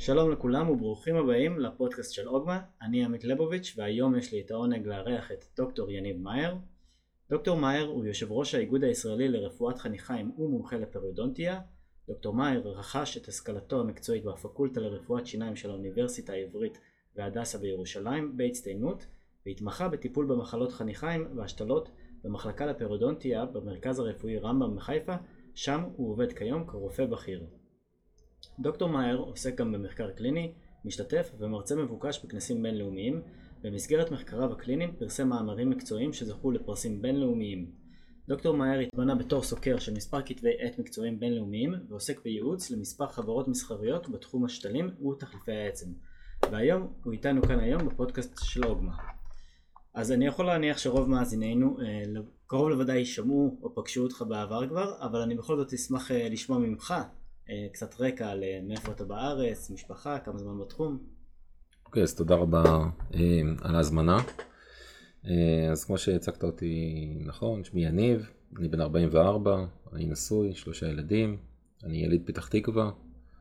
שלום לכולם וברוכים הבאים לפודקאסט של אוגמה. אני עמית לבוביץ' והיום יש לי את העונג לארח את דוקטור יניב מאייר. דוקטור מאייר הוא יושב ראש האיגוד הישראלי לרפואת חניכיים ומומחה לפריודונטיה. דוקטור מאייר רכש את השכלתו המקצועית בפקולטה לרפואת שיניים של האוניברסיטה העברית והדסה בירושלים בהצטיינות, והתמחה בטיפול במחלות חניכיים והשתלות במחלקה לפריודונטיה במרכז הרפואי רמב"ם בחיפה, שם הוא עובד כיום כרופא בכיר. דוקטור מאייר עוסק גם במחקר קליני, משתתף ומרצה מבוקש בכנסים בינלאומיים. במסגרת מחקריו הקליניים פרסם מאמרים מקצועיים שזכו לפרסים בינלאומיים. דוקטור מאייר התמנה בתור סוקר של מספר כתבי עת מקצועיים בינלאומיים ועוסק בייעוץ למספר חברות מסחריות בתחום השתלים ותחליפי העצם. והיום הוא איתנו כאן היום בפודקאסט של אוגמה. אז אני יכול להניח שרוב מאזינינו קרוב לוודאי שמעו או פגשו אותך בעבר כבר, אבל אני בכל זאת אשמח לשמוע ממך קצת רקע על מאיפה אתה בארץ, משפחה, כמה זמן בתחום. אוקיי, אז תודה רבה על ההזמנה. אז כמו שהצגת אותי נכון, שמי יניב, אני בן 44, אני נשוי, 3 ילדים, אני יליד פתח תקווה.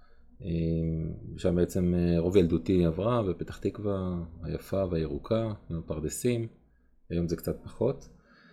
שם בעצם רוב ילדותי עברה בפתח תקווה היפה והירוקה, עם הפרדסים, היום זה קצת פחות.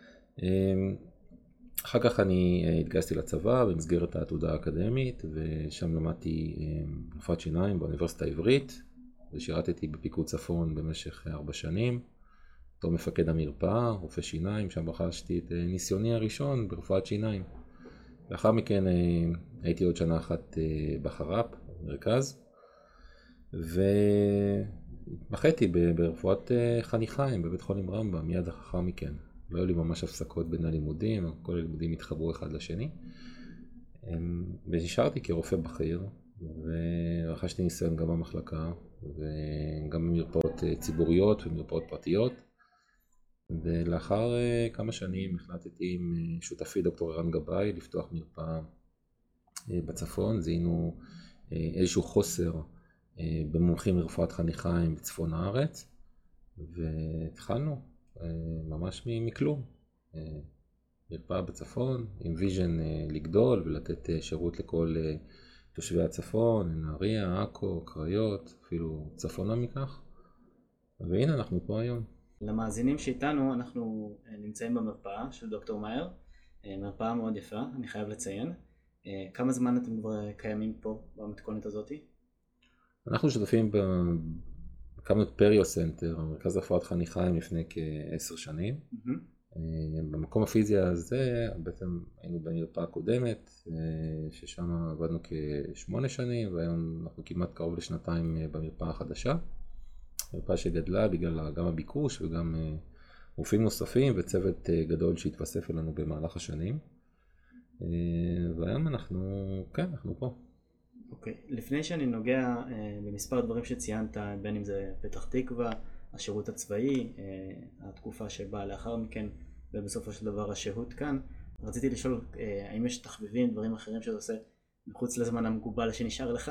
אחר כך אני התגייסתי לצבא במסגרת העתודה האקדמית, ושם למדתי רפואת שיניים באוניברסיטה העברית, ושירתתי בפיקוד צפון במשך 4 שנים, בתור מפקד המרפאה, רופא שיניים, שם רכשתי את ניסיוני הראשון ברפואת שיניים. לאחר מכן הייתי עוד שנה אחת בחר"פ, מרכז, והתמחיתי ברפואת חניכיים בבית חולים רמב"ם מיד אחר מכן. לא היו לי ממש הפסקות בין הלימודים, כל הלימודים התחברו אחד לשני. ונשארתי כרופא בכיר, ורכשתי ניסיון גם במחלקה, וגם במרפאות ציבוריות ומרפאות פרטיות. ולאחר כמה שנים החלטתי עם שותפי דוקטור ערן גבאי לפתוח מרפאה בצפון. זיהינו איזשהו חוסר במומחים לרפואת חניכיים בצפון הארץ, והתחלנו ממש מכלום. מרפאה בצפון עם ויז'ן לגדול ולתת שירות לכל תושבי הצפון, נהריה, עכו, קריות, אפילו צפונה מכך. והנה אנחנו פה היום. למאזינים שאיתנו, אנחנו נמצאים במרפאה של דוקטור מאייר, מרפאה מאוד יפה, אני חייב לציין. כמה זמן אתם כבר קיימים פה במתכונת הזאת? אנחנו שותפים הקמנו את פריו סנטר, המרכז רפואת חניכיים, לפני כ10 שנים. במקום הפיזי הזה בעצם היינו במרפאה קודמת, ששם עבדנו כ8 שנים, והיום אנחנו כמעט קרוב לשנתיים במרפאה החדשה. מרפאה שגדלה בגלל גם הביקוש וגם רופאים נוספים וצוות גדול שהתווסף אלינו במהלך השנים. והיום אנחנו פה. אוקיי, לפני שאני נוגע במספר דברים שציינת, בין אם זה פתח תקווה, השירות הצבאי, התקופה שבאה לאחר מכן, ובסופו של דבר השהות כאן, רציתי לשאול האם יש תחביבים, דברים אחרים שאתה עושה מחוץ לזמן המגובל שנשאר לך?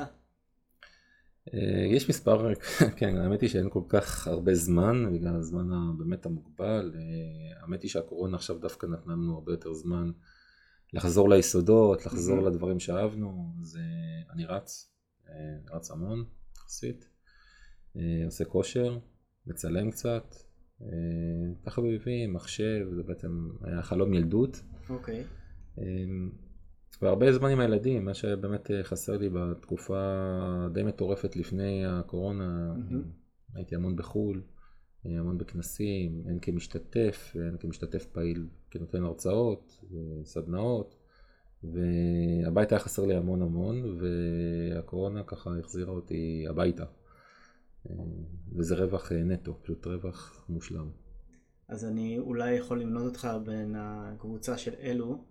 יש מספר, כן, האמת היא שאין כל כך הרבה זמן, בגלל הזמן באמת המוגבל. האמת היא שהקורונה עכשיו דווקא נתנה לנו הרבה יותר זמן לחזור ליסודות, לחזור לדברים שאהבנו. אז אני רץ המון, יחסית, עושה כושר, מצלם קצת, תחביבים, מחשב, זה בעצם היה חלום ילדות. אוקיי. והרבה זמן עם הילדים, מה שבאמת חסר לי בתקופה די מטורפת לפני הקורונה. הייתי המון בחול, המון בכנסים, הן כמשתתף והן כמשתתף פעיל, כנותן הרצאות, סדנאות, והבית היה חסר לי המון, והקורונה ככה החזירה אותי הביתה. וזה רווח נטו, פשוט רווח מושלם. אז אני אולי יכול למנות אותך בין הקבוצה של אלו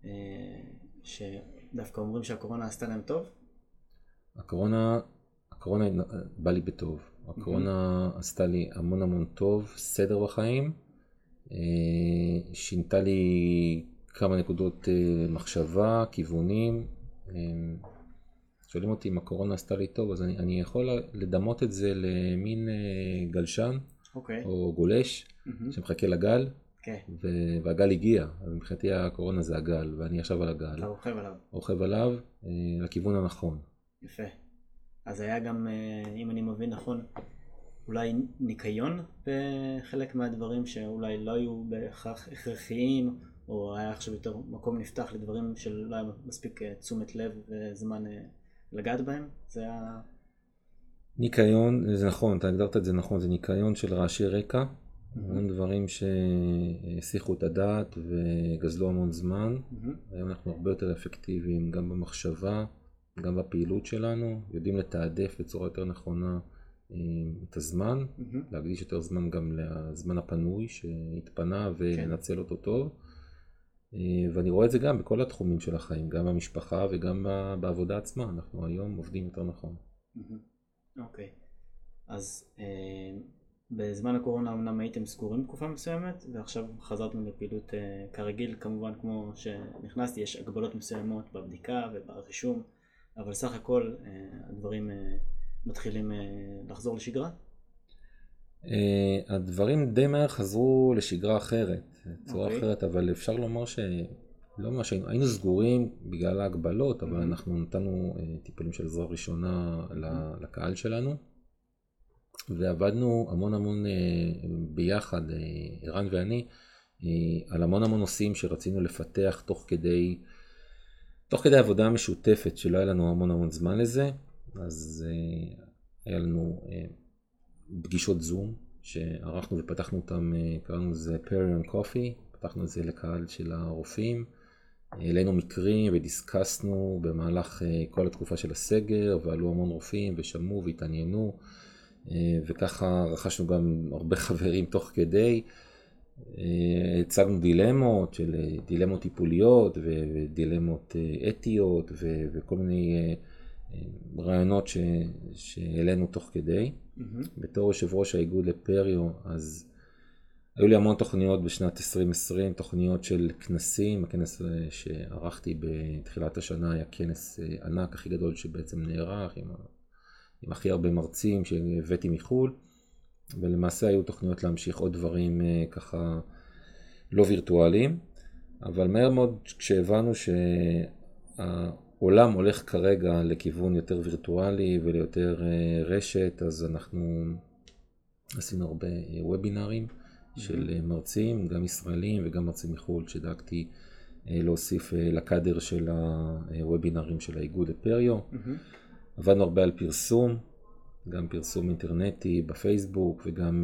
שדווקא אומרים שהקורונה עשתה להם טוב? הקורונה בא לי בטוב. הקורונה עשתה לי המון טוב, סדר בחיים, שינתה לי כמה נקודות מחשבה, כיוונים. שואלים אותי אם הקורונה עשתה לי טוב, אז אני יכול לדמות את זה למין גלשן, או גולש, שמחכה לגל, והגל הגיע. אז מבחינתי הקורונה זה הגל, ואני עכשיו על הגל. אתה רוכב עליו. רוכב עליו לכיוון הנכון. יפה. אז היה גם, אם אני מבין נכון, אולי ניקיון בחלק מהדברים שאולי לא היו בהכרח הכרחיים, או היה עכשיו יותר מקום נפתח לדברים שלא היה מספיק תשומת לב וזמן לגעת בהם. זה היה... ניקיון, זה נכון, אתה הגדרת את זה נכון, זה ניקיון של רעשי רקע, המון דברים שהסיחו את הדעת וגזלו המון זמן. היום אנחנו הרבה יותר אפקטיביים גם במחשבה, גם בפעילות שלנו, יודעים לתעדף בצורה יותר נכונה את הזמן, להקדיש יותר זמן גם לזמן הפנוי שהתפנה ולנצל אותו טוב. ואני רואה את זה גם בכל התחומים של החיים, גם במשפחה וגם בעבודה עצמה, אנחנו היום עובדים יותר נכון. אוקיי, אז בזמן הקורונה אמנם הייתם סגורים תקופה מסוימת, ועכשיו חזרתם לפעילות כרגיל, כמובן כמו שנכנסתי, יש הגבלות מסוימות בבדיקה וברישום, אבל סך הכל הדברים מתחילים לחזור לשגרה? הדברים די מהר חזרו לשגרה אחרת, צורה אחרת, אבל אפשר לומר לא ממש, היינו סגורים בגלל ההגבלות, אבל אנחנו נתנו טיפולים של עזרה ראשונה לקהל שלנו, ועבדנו המון ביחד, ערן ואני, על המון נושאים שרצינו לפתח תוך כדי עבודה משותפת, שלא היה לנו המון זמן לזה. אז היה לנו פגישות זום שערכנו ופתחנו אותם, קראנו לזה Peri on Coffee, פתחנו את זה לקהל של הרופאים, העלינו מקרים ודיסקסנו במהלך כל התקופה של הסגר, ועלו המון רופאים ושמעו והתעניינו, וככה רכשנו גם הרבה חברים תוך כדי. הצגנו דילמות של דילמות טיפוליות ודילמות אתיות וכל מיני רעיונות שהעלינו תוך כדי. בתור יושב ראש האיגוד לפריו, אז היו לי המון תוכניות בשנת 2020, תוכניות של כנסים. הכנס שערכתי בתחילת השנה היה כנס ענק, הכי גדול שבעצם נערך, עם הכי הרבה מרצים שהבאתי מחול, ולמעשה היו תוכניות להמשיך עוד דברים ככה לא וירטואליים, אבל מהר מאוד כשהבנו שהעולם הולך כרגע לכיוון יותר וירטואלי וליותר רשת, אז אנחנו עשינו הרבה וובינרים של מרצים, גם ישראלים וגם מרצים מחול, שדאגתי להוסיף לקאדר של הוובינרים של האיגוד לפריו. עבדנו הרבה על פרסום, גם פרסום אינטרנטי בפייסבוק וגם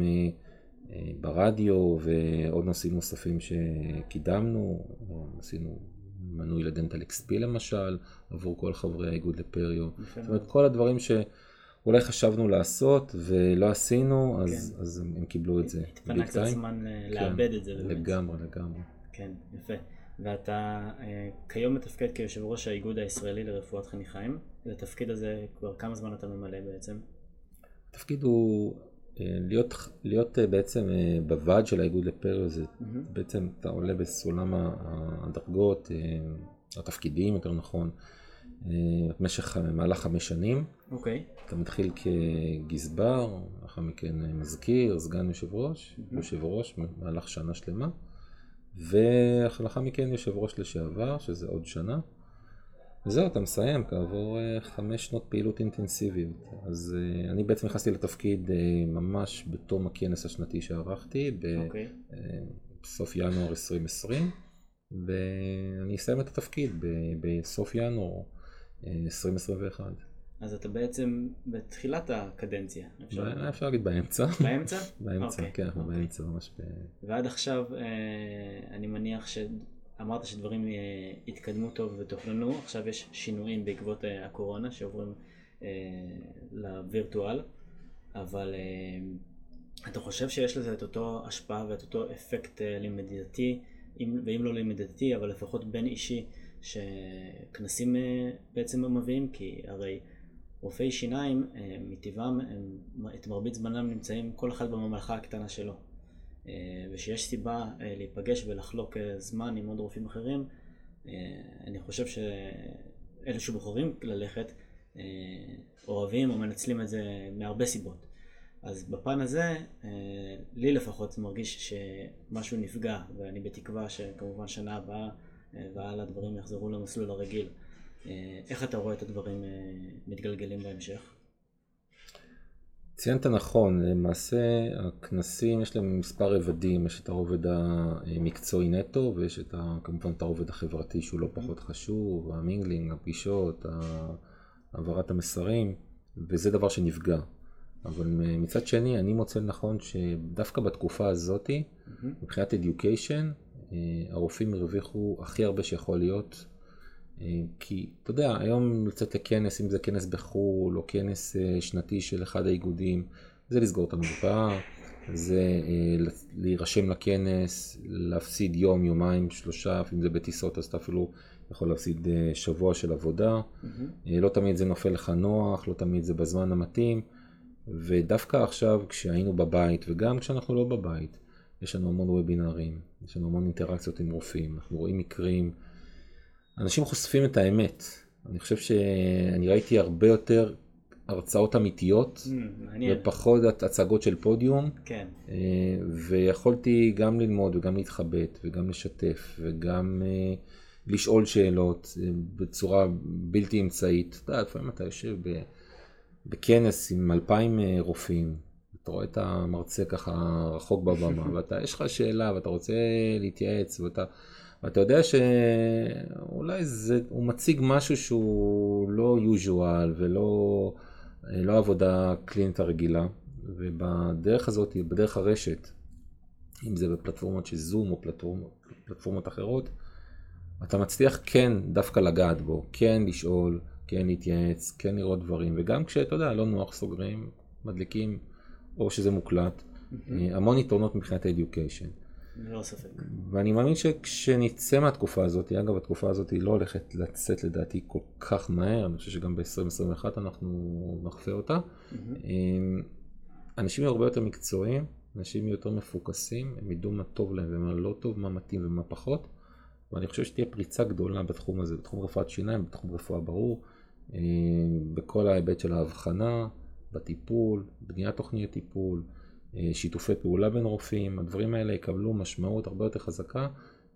ברדיו, ועוד נושאים נוספים שקידמנו. עשינו מנוי לדנטל XP למשל, עבור כל חברי האיגוד לפריו. זאת אומרת, כל הדברים שאולי חשבנו לעשות ולא עשינו, אז הם קיבלו את זה. התפנה קצת זמן לאבד את זה. לגמרי. כן, יפה. ואתה כיום מתפקד כיושב ראש האיגוד הישראלי לרפואת חניכיים. לתפקיד הזה כבר כמה זמן אתה ממלא בעצם? התפקיד הוא להיות בעצם בוועד של האיגוד לפריו. זה בעצם אתה עולה בסולם הדרגות, התפקידים יותר נכון, במשך מהלך 5 שנים. אוקיי. אתה מתחיל כגזבר, אחר מכן מזכיר, סגן יושב ראש, מהלך שנה שלמה. ולאחר מכן יושב ראש לשעבר, שזה עוד שנה. וזהו, אתה מסיים כעבור 5 שנות פעילות אינטנסיביות. אז אני בעצם נכנסתי לתפקיד ממש בתום הכנס השנתי שערכתי, בסוף ינואר 2020, ואני אסיים את התפקיד בסוף ינואר 2021. אז אתה בעצם בתחילת הקדנציה. אפשר להגיד באמצע. באמצע? באמצע, כן, אנחנו באמצע ממש. ועד עכשיו אני מניח שאמרת שדברים התקדמו טוב ותוכננו, עכשיו יש שינויים בעקבות הקורונה שעוברים לווירטואל, אבל אתה חושב שיש לזה את אותו השפעה ואת אותו אפקט לימדתי, ואם לא לימדתי, אבל לפחות בין אישי, שכנסים בעצם מביאים? כי הרי רופאי שיניים מטבעם, את מרבית זמנם נמצאים כל אחד בממלכה הקטנה שלו, ושיש סיבה להיפגש ולחלוק זמן עם עוד רופאים אחרים. אני חושב שאלה שבוחרים ללכת אוהבים או מנצלים את זה מהרבה סיבות. אז בפן הזה לי לפחות מרגיש שמשהו נפגע, ואני בתקווה שכמובן שנה הבאה ועל הדברים יחזרו למסלול הרגיל. איך אתה רואה את הדברים מתגלגלים בהמשך? ציינת נכון, למעשה הכנסים יש להם מספר רבדים, יש את הרובד המקצועי נטו ויש כמובן את הרובד החברתי שהוא לא פחות חשוב, המינגלינג, הפגישות, העברת המסרים, וזה דבר שנפגע. אבל מצד שני אני מוצא נכון שדווקא בתקופה הזאת, מבחינת education, הרופאים הרוויחו הכי הרבה שיכול להיות, כי אתה יודע, היום לצאת לכנס, אם זה כנס בחול או כנס שנתי של אחד האיגודים, זה לסגור את המרפאה, זה להירשם לכנס, להפסיד יום, יומיים, 3, אם זה בטיסות אז אתה אפילו יכול להפסיד שבוע של עבודה, לא תמיד זה נופל לך נוח, לא תמיד זה בזמן המתאים, ודווקא עכשיו כשהיינו בבית וגם כשאנחנו לא בבית, יש לנו המון וובינרים, יש לנו המון אינטראקציות עם רופאים, אנחנו רואים מקרים, אנשים חושפים את האמת. אני חושב שאני ראיתי הרבה יותר הרצאות אמיתיות, ופחות הצגות של פודיום, כן. ויכולתי גם ללמוד וגם להתחבט וגם לשתף וגם לשאול שאלות בצורה בלתי אמצעית. אתה יודע, לפעמים אתה יושב בכנס עם 2,000 רופאים, אתה רואה את המרצה ככה רחוק בבמה, יש לך שאלה ואתה רוצה להתייעץ, ואתה יודע שאולי הוא מציג משהו שהוא לא usual ולא עבודה קלינית הרגילה, ובדרך הזאת, בדרך הרשת, אם זה בפלטפורמות של זום או פלטפורמות אחרות, אתה מצליח כן דווקא לגעת בו, כן לשאול, כן להתייעץ, כן לראות דברים, וגם כשאתה יודע, לא נוח, סוגרים, מדליקים, או שזה מוקלט, המון יתרונות מבחינת education. לא ספק. ואני מאמין שכשנצא מהתקופה הזאת, אגב התקופה הזאת היא לא הולכת לצאת לדעתי כל כך מהר, אני חושב שגם ב-2021 אנחנו נחווה אותה. אנשים הרבה יותר מקצועיים, אנשים יותר מפוקסים, הם ידעו מה טוב להם ומה לא טוב, מה מתאים ומה פחות. ואני חושב שתהיה פריצה גדולה בתחום הזה, בתחום רפואת שיניים, בתחום רפואה ברור, בכל ההיבט של ההבחנה, בטיפול, בניית תוכניות טיפול, שיתופי פעולה בין רופאים, הדברים האלה יקבלו משמעות הרבה יותר חזקה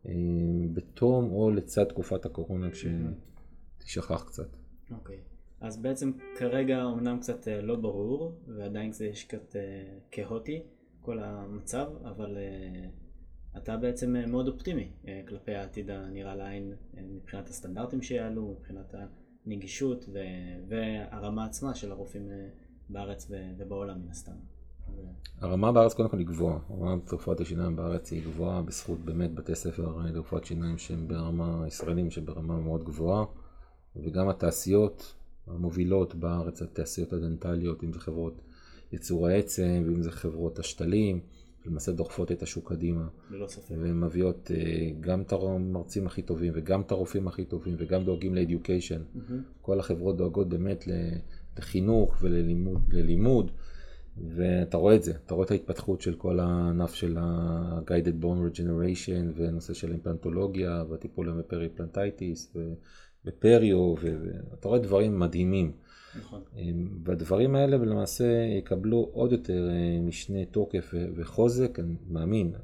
בתום או לצד תקופת הקורונה כשתשכח קצת. אוקיי, אז בעצם כרגע אמנם קצת לא ברור ועדיין זה יש קצת כאוטי כל המצב, אבל אתה בעצם מאוד אופטימי כלפי העתיד הנראה לעין מבחינת הסטנדרטים שיעלו, מבחינת הנגישות והרמה עצמה של הרופאים בארץ ובעולם מן הסתם. הרמה בארץ קודם כל היא גבוהה, הרמת רפואת השיניים בארץ היא גבוהה בזכות באמת בתי ספר לרפואת שיניים שהם ברמה ישראלים שברמה מאוד גבוהה, וגם התעשיות המובילות בארץ, התעשיות הדנטליות, אם זה חברות ייצור העצם ואם זה חברות השתלים, למעשה דוחפות את השוק קדימה, ומביאות גם את המרצים הכי טובים וגם את הרופאים הכי טובים וגם דואגים ל-education. כל החברות דואגות באמת לחינוך וללימוד, ואתה רואה את זה, אתה רואה את ההתפתחות של כל הענף של ה-guided bone regeneration ונושא של אימפלנטולוגיה והטיפול בפריפלנטייטיס ובפריו, ואתה רואה דברים מדהימים. נכון. והדברים האלה למעשה יקבלו עוד יותר משנה תוקף וחוזק, אני מאמין,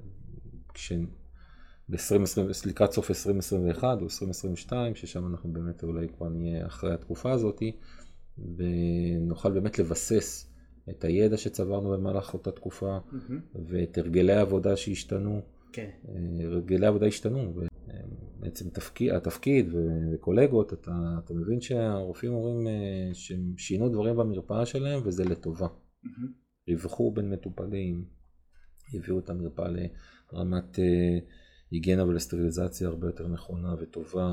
לקראת סוף 2021 או 2022, ששם אנחנו באמת אולי כבר נהיה אחרי התקופה הזאת, ונוכל באמת לבסס את הידע שצברנו במהלך אותה תקופה, ואת הרגלי העבודה שהשתנו. כן. הרגלי העבודה השתנו, בעצם התפקיד וקולגות, אתה מבין שהרופאים אומרים שהם שינו דברים במרפאה שלהם וזה לטובה. ריווחו בין מטופלים, הביאו את המרפאה לרמת היגיינה ולסטריליזציה הרבה יותר נכונה וטובה,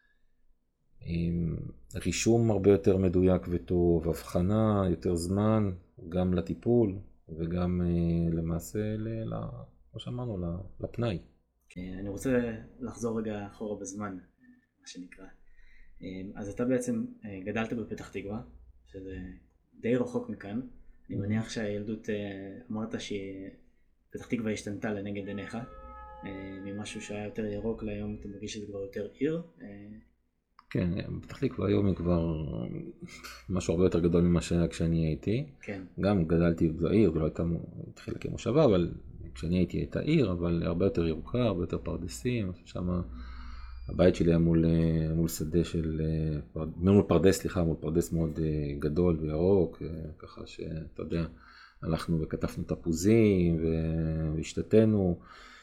רישום הרבה יותר מדויק וטוב, הבחנה יותר זמן גם לטיפול וגם למעשה, כמו שאמרנו, לפנאי. אני רוצה לחזור רגע אחורה בזמן, מה שנקרא. אז אתה בעצם גדלת בפתח תקווה, שזה די רחוק מכאן. אני מניח שהילדות, אמרת שפתח תקווה השתנתה לנגד עיניך, ממשהו שהיה יותר ירוק להיום, אתה מרגיש שזה כבר יותר עיר. כן, פתח תקווה היום היא כבר משהו הרבה יותר גדול ממה שהיה כשאני הייתי. כן. גם גדלתי בעיר, ולא הייתה התחילה כמושבה, אבל כשאני הייתי הייתה עיר, אבל הרבה יותר ירוקה, הרבה יותר פרדסים, שם הבית שלי היה מול שדה מול פרדס מאוד גדול וירוק, ככה שאתה יודע, הלכנו וכתפנו תפוזים והשתתנו,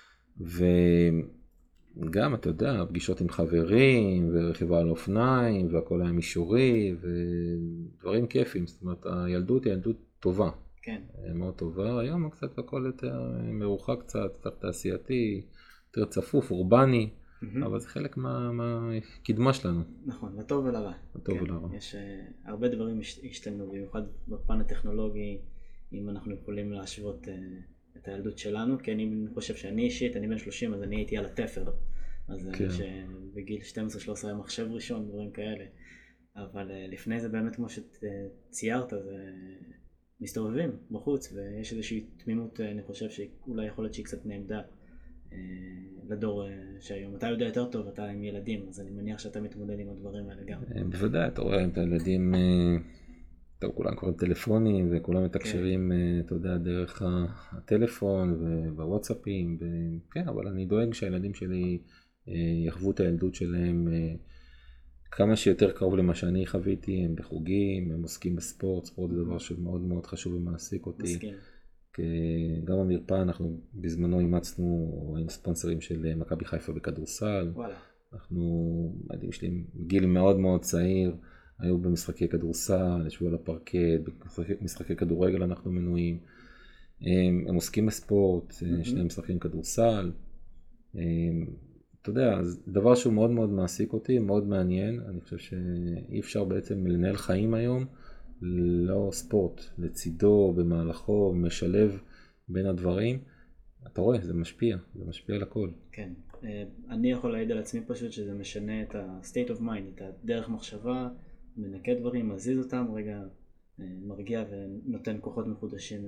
וגם אתה יודע, פגישות עם חברים ורכיבה על אופניים והכל היה מישורי ודברים כיפים, זאת אומרת הילדות היא ילדות טובה. כן. מאוד טובה, היום קצת הכל יותר מרוחק קצת תעשייתי, יותר צפוף, אורבני, אבל זה חלק מהקדמה שלנו. נכון, לטוב ולרע. לטוב ולרע. יש הרבה דברים השתנו, במיוחד בפן הטכנולוגי, אם אנחנו יכולים להשוות את הילדות שלנו, כי אני חושב שאני אישית, אני בן 30, אז אני הייתי על התפר, אז בגיל 12-13 היה מחשב ראשון, דברים כאלה, אבל לפני זה באמת כמו שציירת, זה מסתובבים בחוץ, ויש איזושהי תמימות, אני חושב שאולי יכול להיות שהיא קצת נעמדה לדור שהיום. אתה יודע יותר טוב, אתה עם ילדים, אז אני מניח שאתה מתמודד עם הדברים האלה גם. בוודאי, אתה רואה את הילדים, טוב, כולם קוראים טלפונים, וכולם מתקשרים, אתה יודע, דרך הטלפון ובוואטסאפים, כן, אבל אני דואג שהילדים שלי יחוו את הילדות שלהם כמה שיותר קרוב למה שאני חוויתי, הם בחוגים, הם עוסקים בספורט, ספורט זה דבר שמאוד מאוד חשוב ומעסיק אותי. מסכים. גם במרפאה אנחנו בזמנו אימצנו עם ספונסרים של מכבי חיפה בכדורסל. וואלה. הילדים שלי גיל מאוד מאוד צעיר, היו במשחקי כדורסל, ישבו על הפרקט, במשחקי כדורגל אנחנו מנויים. הם עוסקים בספורט, שניהם משחקים כדורסל. אתה יודע, זה דבר שהוא מאוד מאוד מעסיק אותי, מאוד מעניין. אני חושב שאי אפשר בעצם לנהל חיים היום, לא ספורט, לצידו, במהלכו, משלב בין הדברים. אתה רואה, זה משפיע על הכל. כן, אני יכול להעיד על עצמי פשוט שזה משנה את ה-state of mind, את הדרך מחשבה, מנקה דברים, מזיז אותם, רגע מרגיע ונותן כוחות מחודשים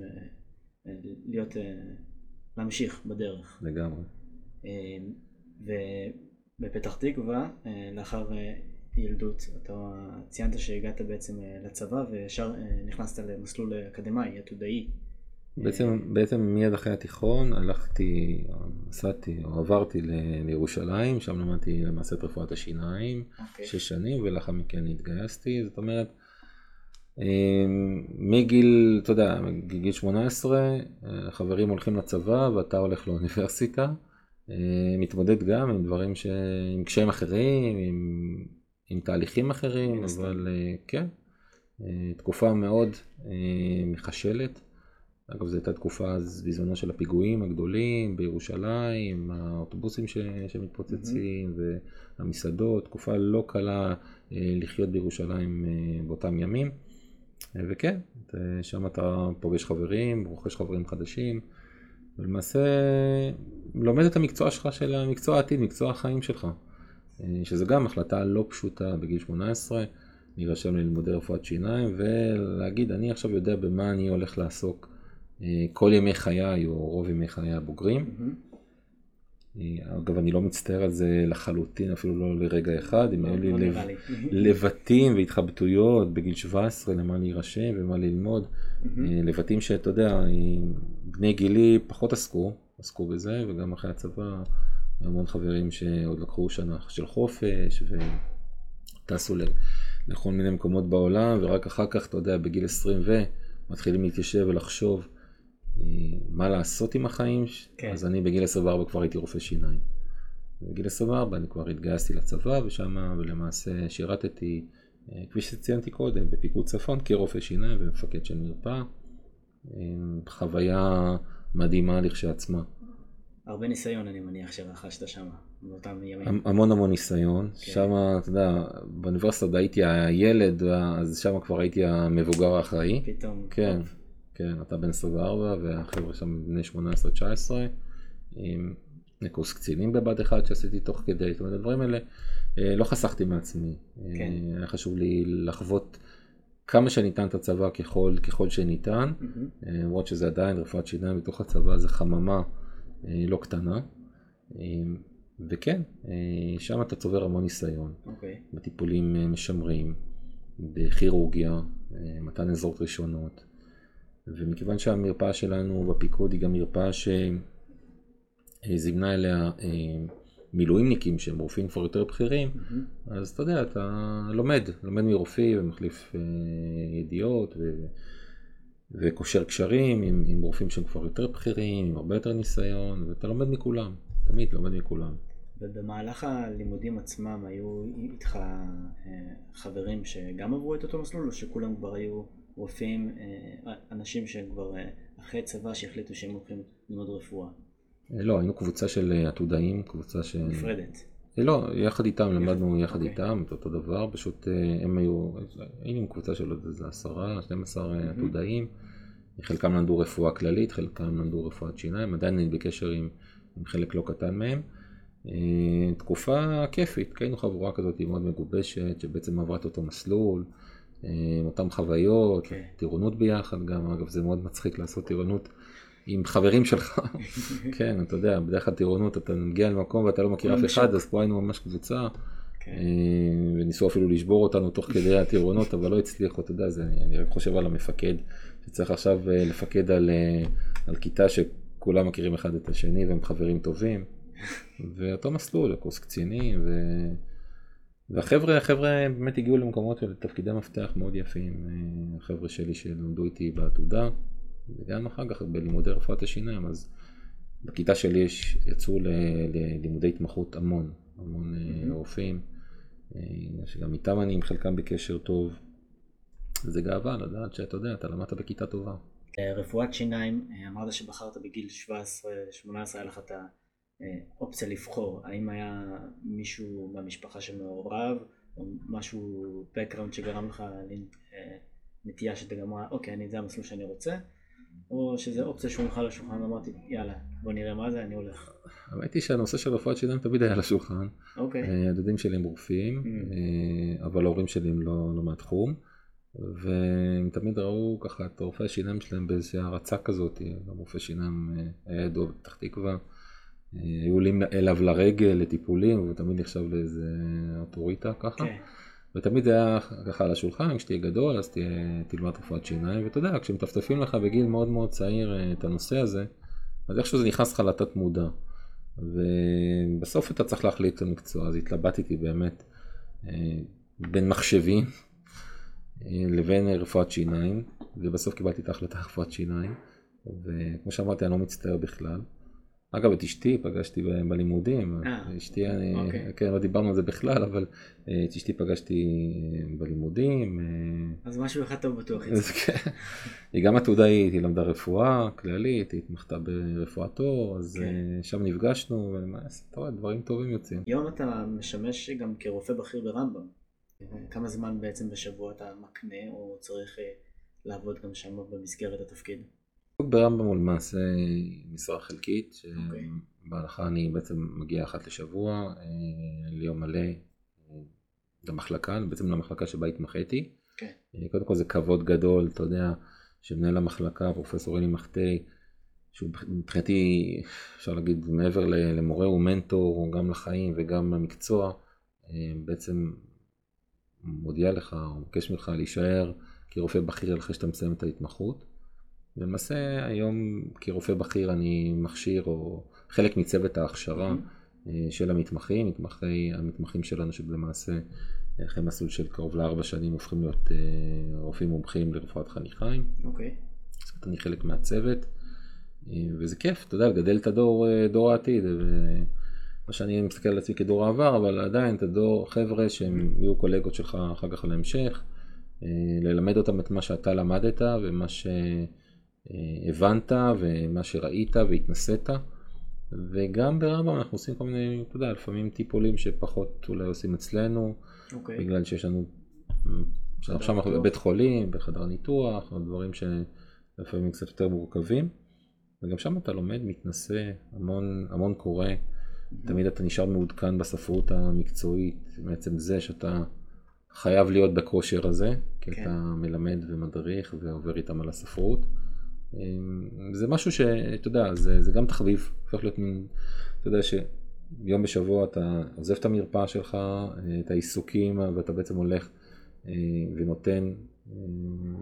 להמשיך בדרך. לגמרי. ובפתח תקווה, לאחר ילדות, אתה ציינת שהגעת בעצם לצבא וישר נכנסת למסלול אקדמי, עתודאי. בעצם מיד אחרי התיכון עברתי לירושלים, שם למדתי למעשה את רפואת השיניים, 6 שנים, ולאחר מכן התגייסתי. זאת אומרת, מגיל, אתה יודע, גיל 18, חברים הולכים לצבא ואתה הולך לאוניברסיטה, מתמודד גם עם דברים עם קשיים אחרים, עם תהליכים אחרים, אבל כן, תקופה מאוד מחשלת. אגב, זו הייתה תקופה בזמנו של הפיגועים הגדולים בירושלים, האוטובוסים שמתפוצצים והמסעדות, תקופה לא קלה לחיות בירושלים באותם ימים. וכן, שם אתה פוגש חברים, רוכש חברים חדשים, ולמעשה לומד את המקצוע שלך, של המקצוע העתיד, מקצוע החיים שלך, שזה גם החלטה לא פשוטה בגיל 18, להירשם ללימודי רפואת שיניים ולהגיד, אני עכשיו יודע במה אני הולך לעסוק כל ימי חיי או רוב ימי חיי הבוגרים. אגב, אני לא מצטער על זה לחלוטין, אפילו לא לרגע אחד. אם היו לי לבטים והתחבטויות בגיל 17 למה להירשם ומה ללמוד, לבטים שאתה יודע, בני גילי פחות עסקו בזה, וגם אחרי הצבא המון חברים שעוד לקחו שנה של חופש וטסו לכל מיני מקומות בעולם, ורק אחר כך, אתה יודע, בגיל 20 מתחילים להתיישב ולחשוב מה לעשות עם החיים. כן. אז אני בגיל 24 כבר הייתי רופא שיניים. בגיל 24 אני כבר התגייסתי לצבא, ושם למעשה שירתתי, כפי שציינתי קודם, בפיקוד צפון כרופא שיניים ומפקד של מרפאה. חוויה מדהימה לכשעצמה. הרבה ניסיון אני מניח שרכשת שם באותם ימים. המון ניסיון. כן. שם, אתה יודע, באוניברסיטה הייתי הילד, אז שם כבר הייתי המבוגר האחראי. פתאום. כן. כן, אתה בן 24 והחבר'ה שם בני 18-19, קורס קצינים בבה"ד 1 שעשיתי תוך כדי, זאת אומרת, הדברים האלה לא חסכתי מעצמי. כן. היה חשוב לי לחוות כמה שניתן את הצבא ככל שניתן, למרות שזה עדיין רפואת שיניים בתוך הצבא, זה חממה לא קטנה, וכן, שם אתה צובר המון ניסיון, בטיפולים משמרים, בכירורגיה, מתן עזרות ראשונות, ומכיוון שהמרפאה שלנו בפיקוד היא גם מרפאה שזימנה אליה מילואימניקים שהם רופאים כבר יותר בכירים, אז אתה יודע, אתה לומד מרופאים ומחליף ידיעות וקושר קשרים עם רופאים שהם כבר יותר בכירים, עם הרבה יותר ניסיון, ואתה לומד מכולם, תמיד לומד מכולם. ובמהלך הלימודים עצמם היו איתך חברים שגם עברו את אותו מסלול, או שכולם כבר היו רופאים, אנשים שהם כבר אחרי צבא שהחליטו שהם הולכים ללמוד רפואה? לא, היינו קבוצה של עתודאים, קבוצה נפרדת? לא, יחד איתם, למדנו יחד איתם, את אותו דבר, פשוט הם היינו קבוצה של עוד איזה 10-12 עתודאים, חלקם למדו רפואה כללית, חלקם למדו רפואת שיניים, עדיין אני בקשר עם חלק לא קטן מהם. תקופה כיפית, כי היינו חבורה כזאת מאוד מגובשת, שבעצם עברה את אותו מסלול, אותם חוויות, טירונות ביחד גם, אגב זה מאוד מצחיק לעשות טירונות עם חברים שלך, כן, אתה יודע, בדרך כלל טירונות, אתה מגיע למקום ואתה לא מכיר אף אחד, אז פה היינו ממש קבוצה, וניסו אפילו לשבור אותנו תוך כדי הטירונות, אבל לא הצליחו, אתה יודע, אני רק חושב על המפקד, שצריך עכשיו לפקד על כיתה שכולם מכירים אחד את השני, והם חברים טובים, ואותו מסלול, קורס קצינים, והחבר'ה באמת הגיעו למקומות של תפקידי מפתח מאוד יפים, החבר'ה שלי שלמדו איתי בעתודה, וגם אחר כך בלימודי רפואת השיניים, אז בכיתה שלי יצאו ללימודי התמחות המון רופאים, שגם איתם אני עם חלקם בקשר טוב, זה גאווה לדעת שאתה יודע, אתה למדת בכיתה טובה. רפואת שיניים, אמרת שבחרת בגיל 17-18, היה לך את האופציה לבחור, האם היה מישהו מהמשפחה שמעורב, או משהו background שגרם לך נטייה שאתה גם אמרה, אוקיי, זה המסלול שאני רוצה, או שזה אופציה שהונחה על השולחן ואמרתי, יאללה, בוא נראה מה זה, אני הולך. האמת היא שהנושא של רפואת שיניים תמיד היה על השולחן. הדודים שלי הם רופאים, אבל ההורים שלי הם לא מהתחום, והם תמיד ראו ככה את רופאי השיניים שלהם באיזושהי הרצה כזאת, גם רופאי שיניים היה ידוע בפתח תקווה, היו עולים אליו לרגל לטיפולים, והוא תמיד נחשב לאיזה אוטוריטה ככה. ותמיד זה היה ככה על השולחן, כשתהיה גדול אז תלמד רפואת שיניים, ואתה יודע, כשמטפטפים לך בגיל מאוד מאוד צעיר את הנושא הזה, אז איכשהו זה נכנס לך לתת מודע, ובסוף אתה צריך להחליט את המקצוע, אז התלבטתי באמת בין מחשבים לבין רפואת שיניים, ובסוף קיבלתי את ההחלטה רפואת שיניים, וכמו שאמרתי אני לא מצטער בכלל. אגב, את אשתי פגשתי בלימודים, אשתי, כן, לא דיברנו על זה בכלל, אבל את אשתי פגשתי בלימודים. אז משהו אחד טוב בטוח. היא גם עתודאית, היא למדה רפואה כללית, היא התמחתה ברפואת עור, אז שם נפגשנו, דברים טובים יוצאים. היום אתה משמש גם כרופא בכיר ברמב"ם. כמה זמן בעצם בשבוע אתה מקנה, או צריך לעבוד גם שם במסגרת התפקיד? ברמב"ם הוא למעשה משרה חלקית, שבהלכה אני בעצם מגיע אחת לשבוע ליום מלא למחלקה, בעצם למחלקה שבה התמחיתי. קודם כל זה כבוד גדול, אתה יודע, שמנהל המחלקה, פרופסור אלי מחתי, שהוא מבחינתי, אפשר להגיד, מעבר למורה הוא מנטור, גם לחיים וגם למקצוע, בעצם מודיע לך, הוא מבקש ממך להישאר כרופא בכיר אחרי שאתה מסיים את ההתמחות. למעשה היום כרופא בכיר אני מכשיר או חלק מצוות ההכשרה של המתמחים, המתמחים שלנו שלמעשה אחרי מסלול של קרוב ל4 שנים הופכים להיות רופאים מומחים לרפואת חניכיים. אז אני חלק מהצוות וזה כיף, אתה יודע, לגדל את דור העתיד, מה שאני מסתכל על עצמי כדור העבר, אבל עדיין את הדור חבר'ה שהם יהיו קולגות שלך אחר כך להמשך, ללמד אותם את מה שאתה למדת ומה הבנת ומה שראית והתנסית, וגם ברמב"ם אנחנו עושים כל מיני, אתה יודע, לפעמים טיפולים שפחות אולי עושים אצלנו, בגלל שיש לנו עכשיו אנחנו בבית חולים, בחדר ניתוח, או דברים שלפעמים קצת יותר מורכבים, וגם שם אתה לומד, מתנסה, המון קורה, תמיד אתה נשאר מעודכן בספרות המקצועית, בעצם זה שאתה חייב להיות בכושר הזה, כי אתה מלמד ומדריך ועובר איתם על הספרות. זה משהו שאתה יודע, זה גם תחביב, הופך להיות מין, אתה יודע שיום בשבוע אתה עוזב את המרפאה שלך, את העיסוקים, ואתה בעצם הולך ונותן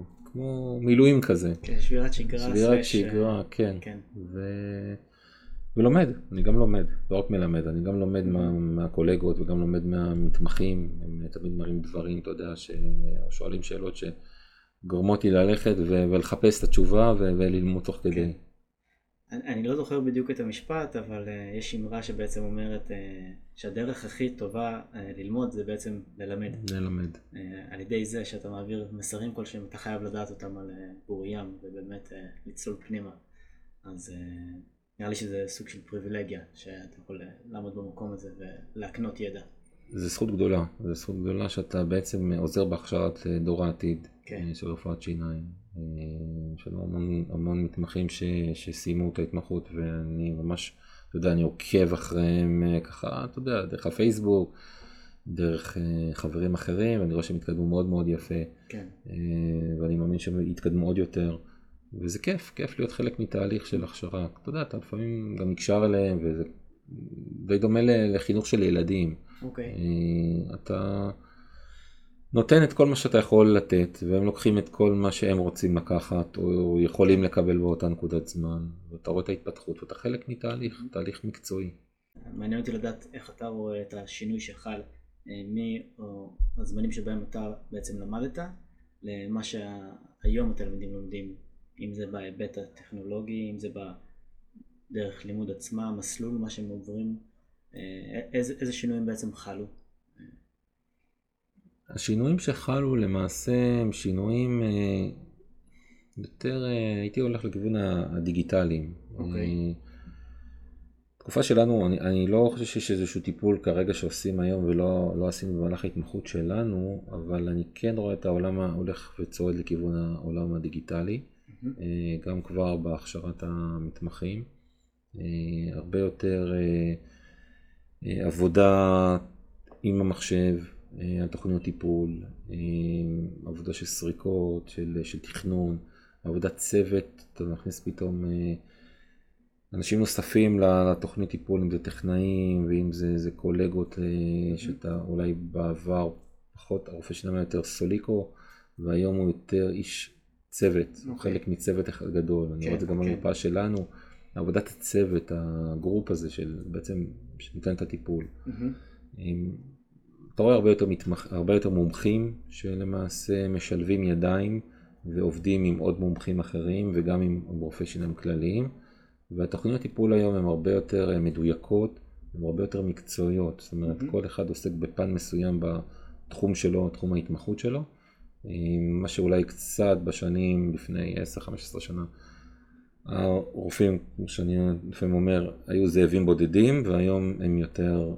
כמו מילואים כזה. כן, שבירת שגרה. שבירת שגרה, כן. ולומד, אני גם לומד, לא רק מלמד, אני גם לומד מהקולגות וגם לומד מהמתמחים, הם תמיד מראים דברים, אתה יודע, ששואלים שאלות שגורמות לי ללכת ולחפש את התשובה וללמוד תוך כדי. אני לא זוכר בדיוק את המשפט, אבל יש אמרה שבעצם אומרת שהדרך הכי טובה ללמוד זה בעצם ללמד. ללמד. על ידי זה שאתה מעביר מסרים כלשהם, אתה חייב לדעת אותם על בוריים ובאמת לצלול פנימה. אז נראה לי שזה סוג של פריבילגיה, שאתה יכול לעמוד במקום הזה ולהקנות ידע. זה זכות גדולה, זה זכות גדולה שאתה בעצם עוזר בהכשרת דור העתיד של רפואת שיניים. יש לנו המון מתמחים שסיימו את ההתמחות, ואני ממש, אתה יודע, אני עוקב אחריהם ככה, אתה יודע, דרך הפייסבוק, דרך חברים אחרים, ואני רואה שהם התקדמו מאוד מאוד יפה. כן. ואני מאמין שהם יתקדמו עוד יותר. וזה כיף להיות חלק מתהליך של הכשרה. אתה יודע, אתה לפעמים גם נקשר אליהם, וזה די דומה לחינוך של ילדים. אוקיי. אתה נותן את כל מה שאתה יכול לתת, והם לוקחים את כל מה שהם רוצים לקחת, או יכולים לקבל באותה נקודת זמן, ואתה רואה את ההתפתחות, ואתה חלק מתהליך, תהליך מקצועי. מעניין אותי לדעת איך אתה רואה את השינוי שחל מהזמנים שבהם אתה בעצם למדת, למה שהיום התלמידים לומדים, אם זה בהיבט הטכנולוגי, אם זה בדרך לימוד עצמה, מסלול, מה שהם עוברים, איזה שינויים בעצם חלו? השינויים שחלו למעשה הם שינויים יותר, הייתי הולך לכיוון הדיגיטליים. אוקיי. בתקופה שלנו, אני לא חושב שיש איזשהו טיפול כרגע שעושים היום ולא עשינו במהלך ההתמחות שלנו, אבל אני כן רואה את העולם הולך וצועד לכיוון העולם הדיגיטלי, גם כבר בהכשרת המתמחים. הרבה יותר עבודה עם המחשב, על תוכניות טיפול, עבודה של סריקות, של תכנון, עבודת צוות, אתה מכניס פתאום אנשים נוספים לתוכנית טיפול, אם זה טכנאים ואם זה קולגות שאתה אולי בעבר פחות, הרופא שלנו יותר סוליקו, והיום הוא יותר איש צוות, הוא חלק מצוות אחד גדול. אני רואה את זה גם במרפאה שלנו, עבודת הצוות, הגרופ הזה בעצם שנותן את הטיפול. אתה רואה הרבה יותר מומחים שלמעשה משלבים ידיים ועובדים עם עוד מומחים אחרים וגם עם רופאי שיניים כלליים. והתוכניות טיפול היום הן הרבה יותר מדויקות, הן הרבה יותר מקצועיות. זאת אומרת, כל אחד עוסק בפן מסוים בתחום שלו, תחום ההתמחות שלו. מה שאולי קצת בשנים לפני 10-15 שנה, הרופאים, כמו שאני לפעמים אומר, היו זאבים בודדים, והיום הם יותר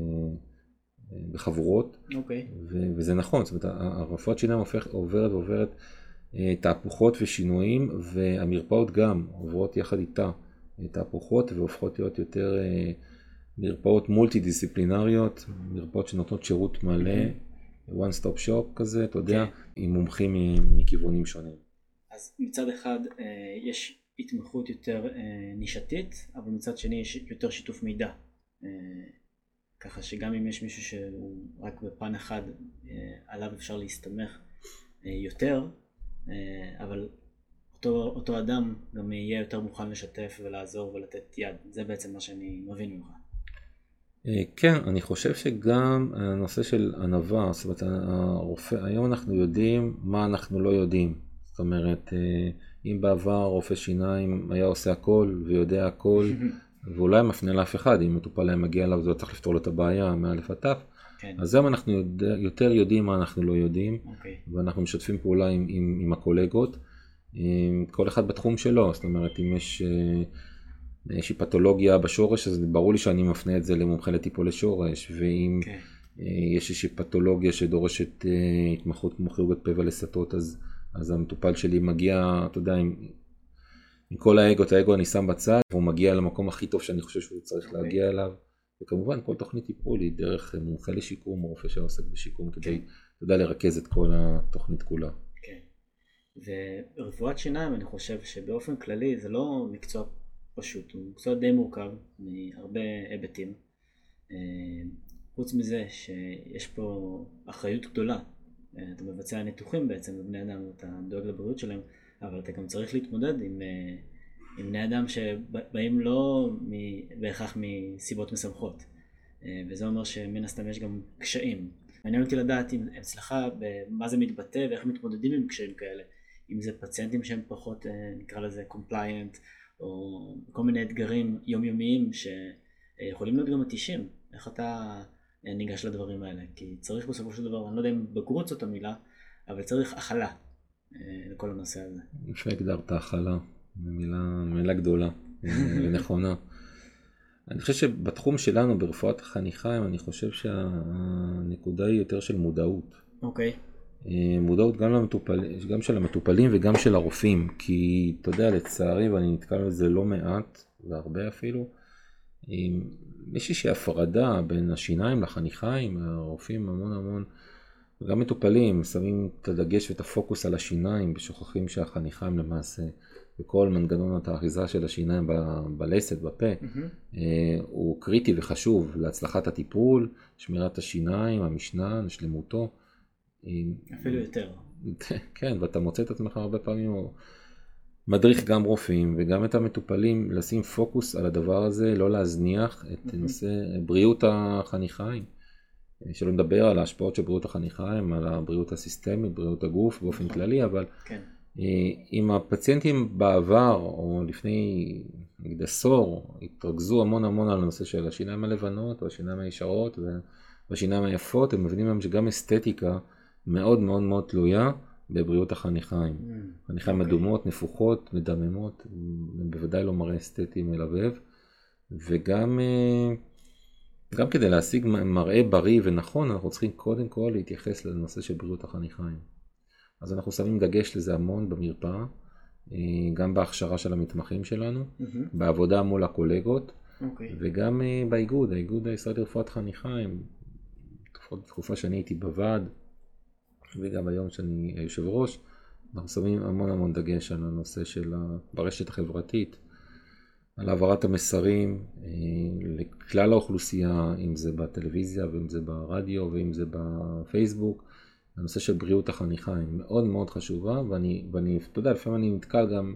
בחבורות. אוקיי. וזה נכון, זאת אומרת, הרפואת שיניים עוברת תהפוכות ושינויים, והמרפאות גם עוברות יחד איתה תהפוכות והופכות להיות יותר מרפאות מולטי דיסציפלינריות, מרפאות שנותנות שירות מלא, one stop shop כזה, אתה יודע, עם מומחים מכיוונים שונים. אז מצד אחד יש התמחות יותר נישתית, אבל מצד שני יש יותר שיתוף מידע. ככה שגם אם יש מישהו שהוא רק בפן אחד, עליו אפשר להסתמך יותר, אבל אותו אדם גם יהיה יותר מוכן לשתף ולעזור ולתת יד. זה בעצם מה שאני מבין ממך. כן, אני חושב שגם הנושא של ענווה, זאת אומרת, הרופא, היום אנחנו יודעים מה אנחנו לא יודעים. זאת אומרת, אם בעבר רופא שיניים היה עושה הכל ויודע הכל, ואולי מפנה לאף אחד, אם מטופל היה מגיע אליו, זה לא צריך לפתור לו את הבעיה מאלף עד תף. אז היום אנחנו יותר יודעים מה אנחנו לא יודעים, ואנחנו משתפים פעולה עם הקולגות, כל אחד בתחום שלו. זאת אומרת, אם יש איזושהי פתולוגיה בשורש, אז ברור לי שאני מפנה את זה למומחה לטיפול לשורש, ואם יש איזושהי פתולוגיה שדורשת התמחות כמו כירורגית פה ולסתות, אז המטופל שלי מגיע, אתה יודע, עם כל האגו אני שם בצד, והוא מגיע למקום הכי טוב שאני חושב שהוא צריך להגיע אליו. וכמובן, כל תוכנית טיפול היא דרך מומחה לשיקום, או רופא שעוסק בשיקום, כדי, אתה יודע, לרכז את כל התוכנית כולה. כן. ורפואת שיניים, אני חושב שבאופן כללי זה לא מקצוע פשוט, הוא מקצוע די מורכב מהרבה היבטים. חוץ מזה שיש פה אחריות גדולה. אתה מבצע ניתוחים בעצם לבני אדם, אתה דואג לבריאות שלהם, אבל אתה גם צריך להתמודד עם עם בני אדם שבאים לא בהכרח מסיבות משמחות, וזה אומר שמן הסתם יש גם קשיים. מעניין אותי לדעת אם אצלך במה זה מתבטא ואיך מתמודדים עם קשיים כאלה, אם זה פציינטים שהם פחות נקרא לזה compliant, או כל מיני אתגרים יומיומיים שיכולים להיות גם מתישים. איך אתה ניגש לדברים האלה? כי צריך בסופו של דבר, אני לא יודע אם בגרות זאת המילה, אבל צריך הכלה לכל הנושא הזה. יפה הגדרת הכלה, מילה גדולה ונכונה. אני חושב שבתחום שלנו ברפואת חניכיים, אני חושב שהנקודה היא יותר של מודעות. אוקיי. מודעות גם של המטופלים וגם של הרופאים, כי אתה יודע, לצערי, ואני נתקל בזה לא מעט והרבה אפילו, יש איזושהי הפרדה בין השיניים לחניכיים, הרופאים המון וגם מטופלים שמים את הדגש ואת הפוקוס על השיניים ושוכחים שהחניכיים למעשה וכל מנגנון האחיזה של השיניים בלסת, בפה, הוא קריטי וחשוב להצלחת הטיפול, שמירת השיניים, המשנן, שלמותו. אפילו יותר. כן, ואתה מוצא את עצמך הרבה פעמים מדריך גם רופאים וגם את המטופלים לשים פוקוס על הדבר הזה, לא להזניח את נושא בריאות החניכיים. שלא נדבר על ההשפעות של בריאות החניכיים, על הבריאות הסיסטמית, בריאות הגוף באופן כללי, אבל אם הפציינטים בעבר או לפני נגיד עשור התרכזו המון על הנושא של השיניים הלבנות והשיניים הישרות והשיניים היפות, הם מבינים להם שגם אסתטיקה מאוד תלויה בבריאות החניכיים. חניכיים אדומות, נפוחות, מדממות, הם בוודאי לא מראה אסתטי מלבב, וגם כדי להשיג מראה בריא ונכון, אנחנו צריכים קודם כל להתייחס לנושא של בריאות החניכיים. אז אנחנו שמים דגש לזה המון במרפאה, גם בהכשרה של המתמחים שלנו, בעבודה מול הקולגות, וגם באיגוד, האיגוד הישראלי לרפואת חניכיים, תקופה שאני הייתי בוועד, וגם היום שאני יושב ראש, אנחנו שמים המון דגש על הנושא של ברשת החברתית, על העברת המסרים לכלל האוכלוסייה, אם זה בטלוויזיה ואם זה ברדיו ואם זה בפייסבוק. הנושא של בריאות החניכיים מאוד חשובה, ואני אתה יודע, לפעמים אני נתקל גם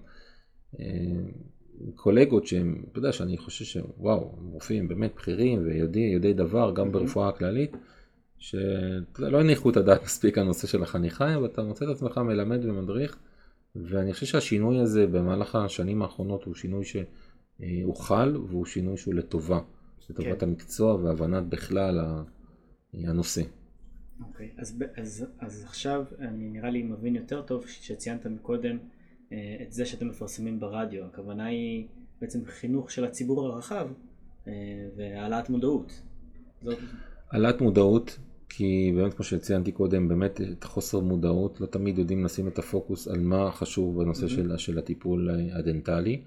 קולגות שהם, אתה יודע, שאני חושב שוואו, רופאים באמת בכירים ויודעי דבר, גם ברפואה הכללית, שלא הניחו את הדעת מספיק הנושא של החניכיים, ואתה מוצא את עצמך מלמד ומדריך, ואני חושב שהשינוי הזה במהלך השנים האחרונות הוא שינוי שהוא חל, והוא שינוי שהוא לטובה, לטובת המקצוע והבנת בכלל הנושא. אוקיי, אז עכשיו אני נראה לי מבין יותר טוב שציינת מקודם את זה שאתם מפרסמים ברדיו. הכוונה היא בעצם חינוך של הציבור הרחב והעלאת מודעות. העלאת מודעות, כי באמת כמו שציינתי קודם, באמת את חוסר מודעות, לא תמיד יודעים לשים את הפוקוס על מה חשוב בנושא של הטיפול הדנטלי.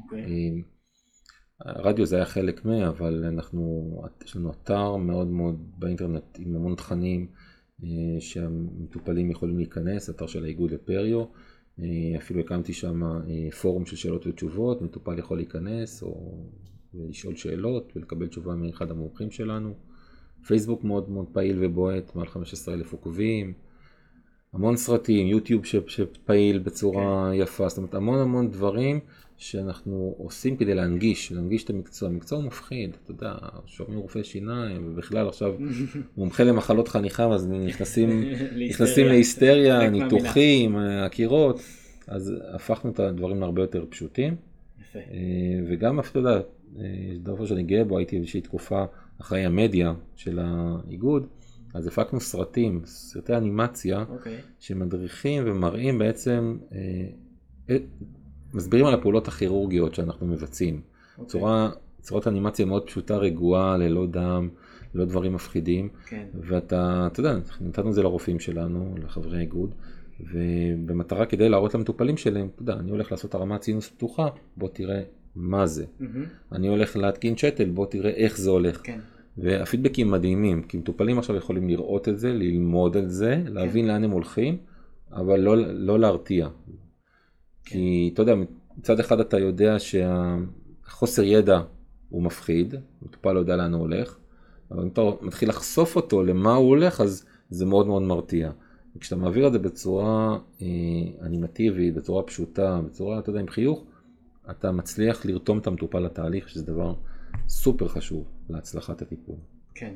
הרדיו זה היה חלק אבל יש לנו אתר מאוד באינטרנט עם המון תכנים שהמטופלים יכולים להיכנס, אתר של האיגוד לפריו, אפילו הקמתי שם פורום של שאלות ותשובות, מטופל יכול להיכנס או לשאול שאלות ולקבל תשובה מאחד המומחים שלנו. פייסבוק מאוד פעיל ובועט, מעל 15,000 עוקבים, המון סרטים, יוטיוב שפעיל בצורה יפה, זאת אומרת המון דברים שאנחנו עושים כדי להנגיש את המקצוע. המקצוע הוא מפחיד, אתה יודע, שומעים רופאי שיניים, ובכלל עכשיו מומחה למחלות חניכיים, אז נכנסים להיסטריה, ניתוחים, הקירות, אז הפכנו את הדברים להרבה יותר פשוטים. יפה. וגם אתה יודע, יש דבר שאני גאה בו, הייתי איזושהי תקופה אחרי המדיה של האיגוד, אז הפקנו סרטי אנימציה, שמדריכים ומראים בעצם, מסבירים על הפעולות הכירורגיות שאנחנו מבצעים. צורת אנימציה מאוד פשוטה, רגועה, ללא דם, ללא דברים מפחידים. ואתה יודע, נתנו את זה לרופאים שלנו, לחברי האיגוד, ובמטרה כדי להראות למטופלים שלהם, אתה יודע, אני הולך לעשות הרמת סינוס פתוחה, בוא תראה מה זה. אני הולך להתקין שתל, בוא תראה איך זה הולך. והפידבקים מדהימים, כי מטופלים עכשיו יכולים לראות את זה, ללמוד את זה, להבין לאן הם הולכים, אבל לא להרתיע. כי אתה יודע, מצד אחד אתה יודע שהחוסר ידע הוא מפחיד, מטופל לא יודע לאן הוא הולך, אבל אם אתה מתחיל לחשוף אותו למה הוא הולך, אז זה מאוד מרתיע. וכשאתה מעביר את זה בצורה אנימטיבית, בצורה פשוטה, בצורה, אתה יודע, עם חיוך, אתה מצליח לרתום את המטופל לתהליך, שזה דבר סופר חשוב להצלחת הטיפול. כן,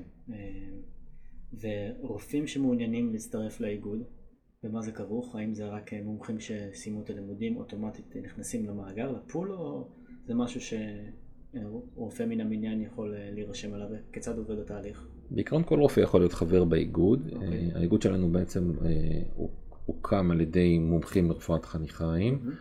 ורופאים שמעוניינים להצטרף לאיגוד, במה זה כרוך? האם זה רק מומחים שסיימו את הלימודים אוטומטית נכנסים למאגר, לפול, או זה משהו שרופא מן המניין יכול להירשם עליו? כיצד עובד התהליך? בעיקרון כל רופא יכול להיות חבר באיגוד. האיגוד שלנו בעצם הוקם על ידי מומחים לרפואת חניכיים,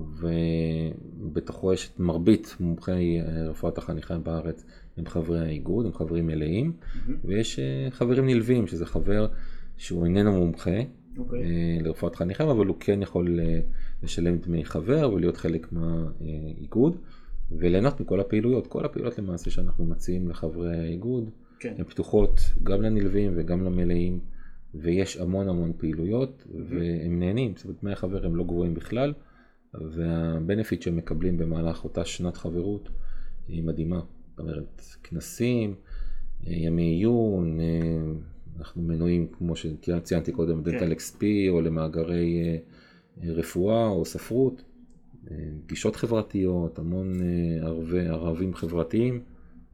ובתוכו יש את מרבית מומחי רפואת החניכיים בארץ, הם חברי האיגוד, הם חברים מלאים, ויש חברים נלווים, שזה חבר שהוא איננו מומחה לרפואת חניכיים, אבל הוא כן יכול לשלם דמי חבר ולהיות חלק מהאיגוד, וליהנות מכל הפעילויות. כל הפעילויות למעשה שאנחנו מציעים לחברי האיגוד, הן פתוחות גם לנלווים וגם למלאים, ויש המון פעילויות, והם נהנים. זאת אומרת, דמי החבר הם לא גבוהים בכלל, והבנפיט שהם מקבלים במהלך אותה שנת חברות היא מדהימה. זאת אומרת, כנסים, ימי עיון, אנחנו מנויים, כמו שציינתי קודם, דנטל XP, או למאגרי רפואה או ספרות, גישות חברתיות, המון ערבים חברתיים,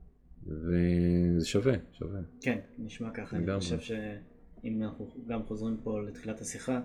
וזה שווה. כן, נשמע ככה. אני חושב שאם אנחנו גם חוזרים פה לתחילת השיחה,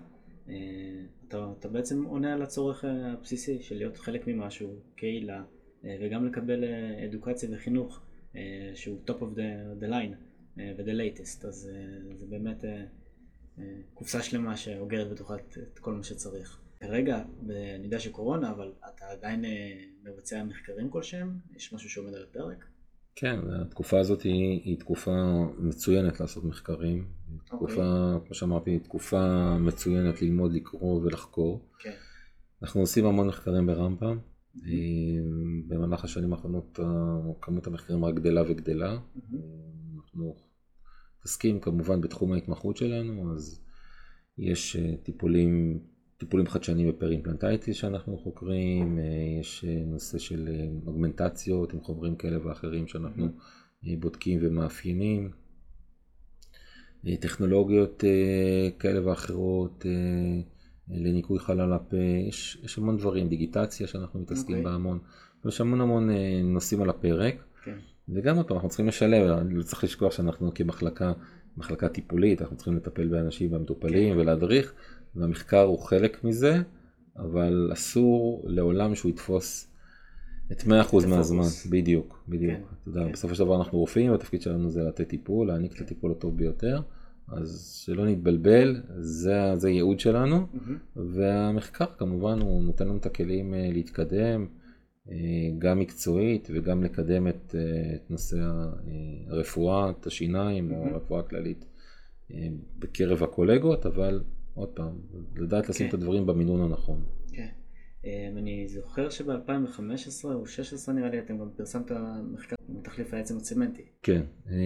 אתה בעצם עונה על הצורך הבסיסי של להיות חלק ממשהו, קהילה, וגם לקבל אדוקציה וחינוך שהוא top of the line ו-the latest. אז זה באמת קופסה שלמה שאוגרת בתוכה את כל מה שצריך. כרגע, אני יודע שקורונה, אבל אתה עדיין מבצע מחקרים כלשהם? יש משהו שעומד על הפרק? כן, התקופה הזאת היא תקופה מצוינת לעשות מחקרים. תקופה, כמו שאמרתי, תקופה מצוינת ללמוד, לקרוא ולחקור. אנחנו עושים המון מחקרים ברמב"ם. במהלך השנים האחרונות כמות המחקרים רק גדלה וגדלה. אנחנו עוסקים כמובן בתחום ההתמחות שלנו, אז יש טיפולים חדשניים בפרימפלנטייטיס שאנחנו חוקרים, יש נושא של אוגמנטציות עם חומרים כאלה ואחרים שאנחנו בודקים ומאפיינים, טכנולוגיות כאלה ואחרות לניקוי חלל הפה, יש המון דברים, דיגיטציה שאנחנו מתעסקים בה המון, יש המון נושאים על הפרק, וגם אותו אנחנו צריכים לשלב, לא צריך לשכוח שאנחנו כמחלקה טיפולית, אנחנו צריכים לטפל באנשים והמטופלים ולהדריך, והמחקר הוא חלק מזה, אבל אסור לעולם שהוא יתפוס את 100% מהזמן. בדיוק. אתה יודע, בסופו של דבר אנחנו רופאים, והתפקיד שלנו זה לתת טיפול, להעניק את הטיפול הטוב ביותר, אז שלא נתבלבל, זה ייעוד שלנו, והמחקר כמובן הוא נותן לנו את הכלים להתקדם, גם מקצועית וגם לקדם את נושא הרפואת השיניים או הרפואה הכללית בקרב הקולגות, אבל עוד פעם, לדעת לשים את הדברים במינון הנכון. כן. אני זוכר שב-2015 או 2016 נראה לי אתם גם פרסמת מחקר מתחליף העצם הצמנטי. כן,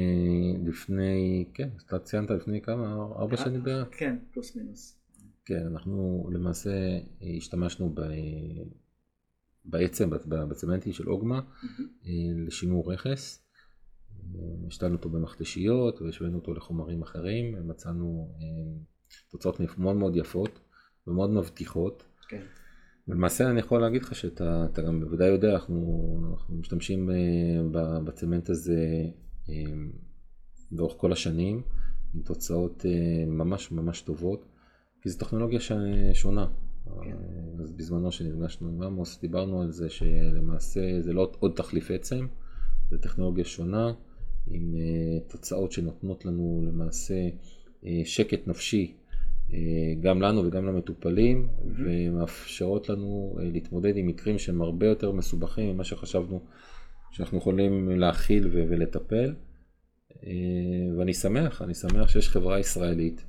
אתה ציינת לפני כמה? 4 שנים בערך? כן, פלוס מינוס. כן, אנחנו למעשה השתמשנו בעצם, בצמנטי של אוגמה, לשימור רכס. השתלנו אותו במכתשיות והשווינו אותו לחומרים אחרים, מצאנו תוצאות מאוד מאוד יפות ומאוד מבטיחות. כן. ולמעשה אני יכול להגיד לך שאתה גם בוודאי יודע, אנחנו משתמשים בצמנט הזה לאורך כל השנים, עם תוצאות ממש ממש טובות, כי זו טכנולוגיה שונה. אז בזמנו שנפגשנו עם עמוס, דיברנו על זה שלמעשה זה לא עוד תחליף עצם, זה טכנולוגיה שונה, עם תוצאות שנותנות לנו למעשה שקט נפשי, גם לנו וגם למטופלים, ומאפשרות לנו להתמודד עם מקרים שהם הרבה יותר מסובכים ממה שחשבנו שאנחנו יכולים להכיל ולטפל. ואני שמח שיש חברה ישראלית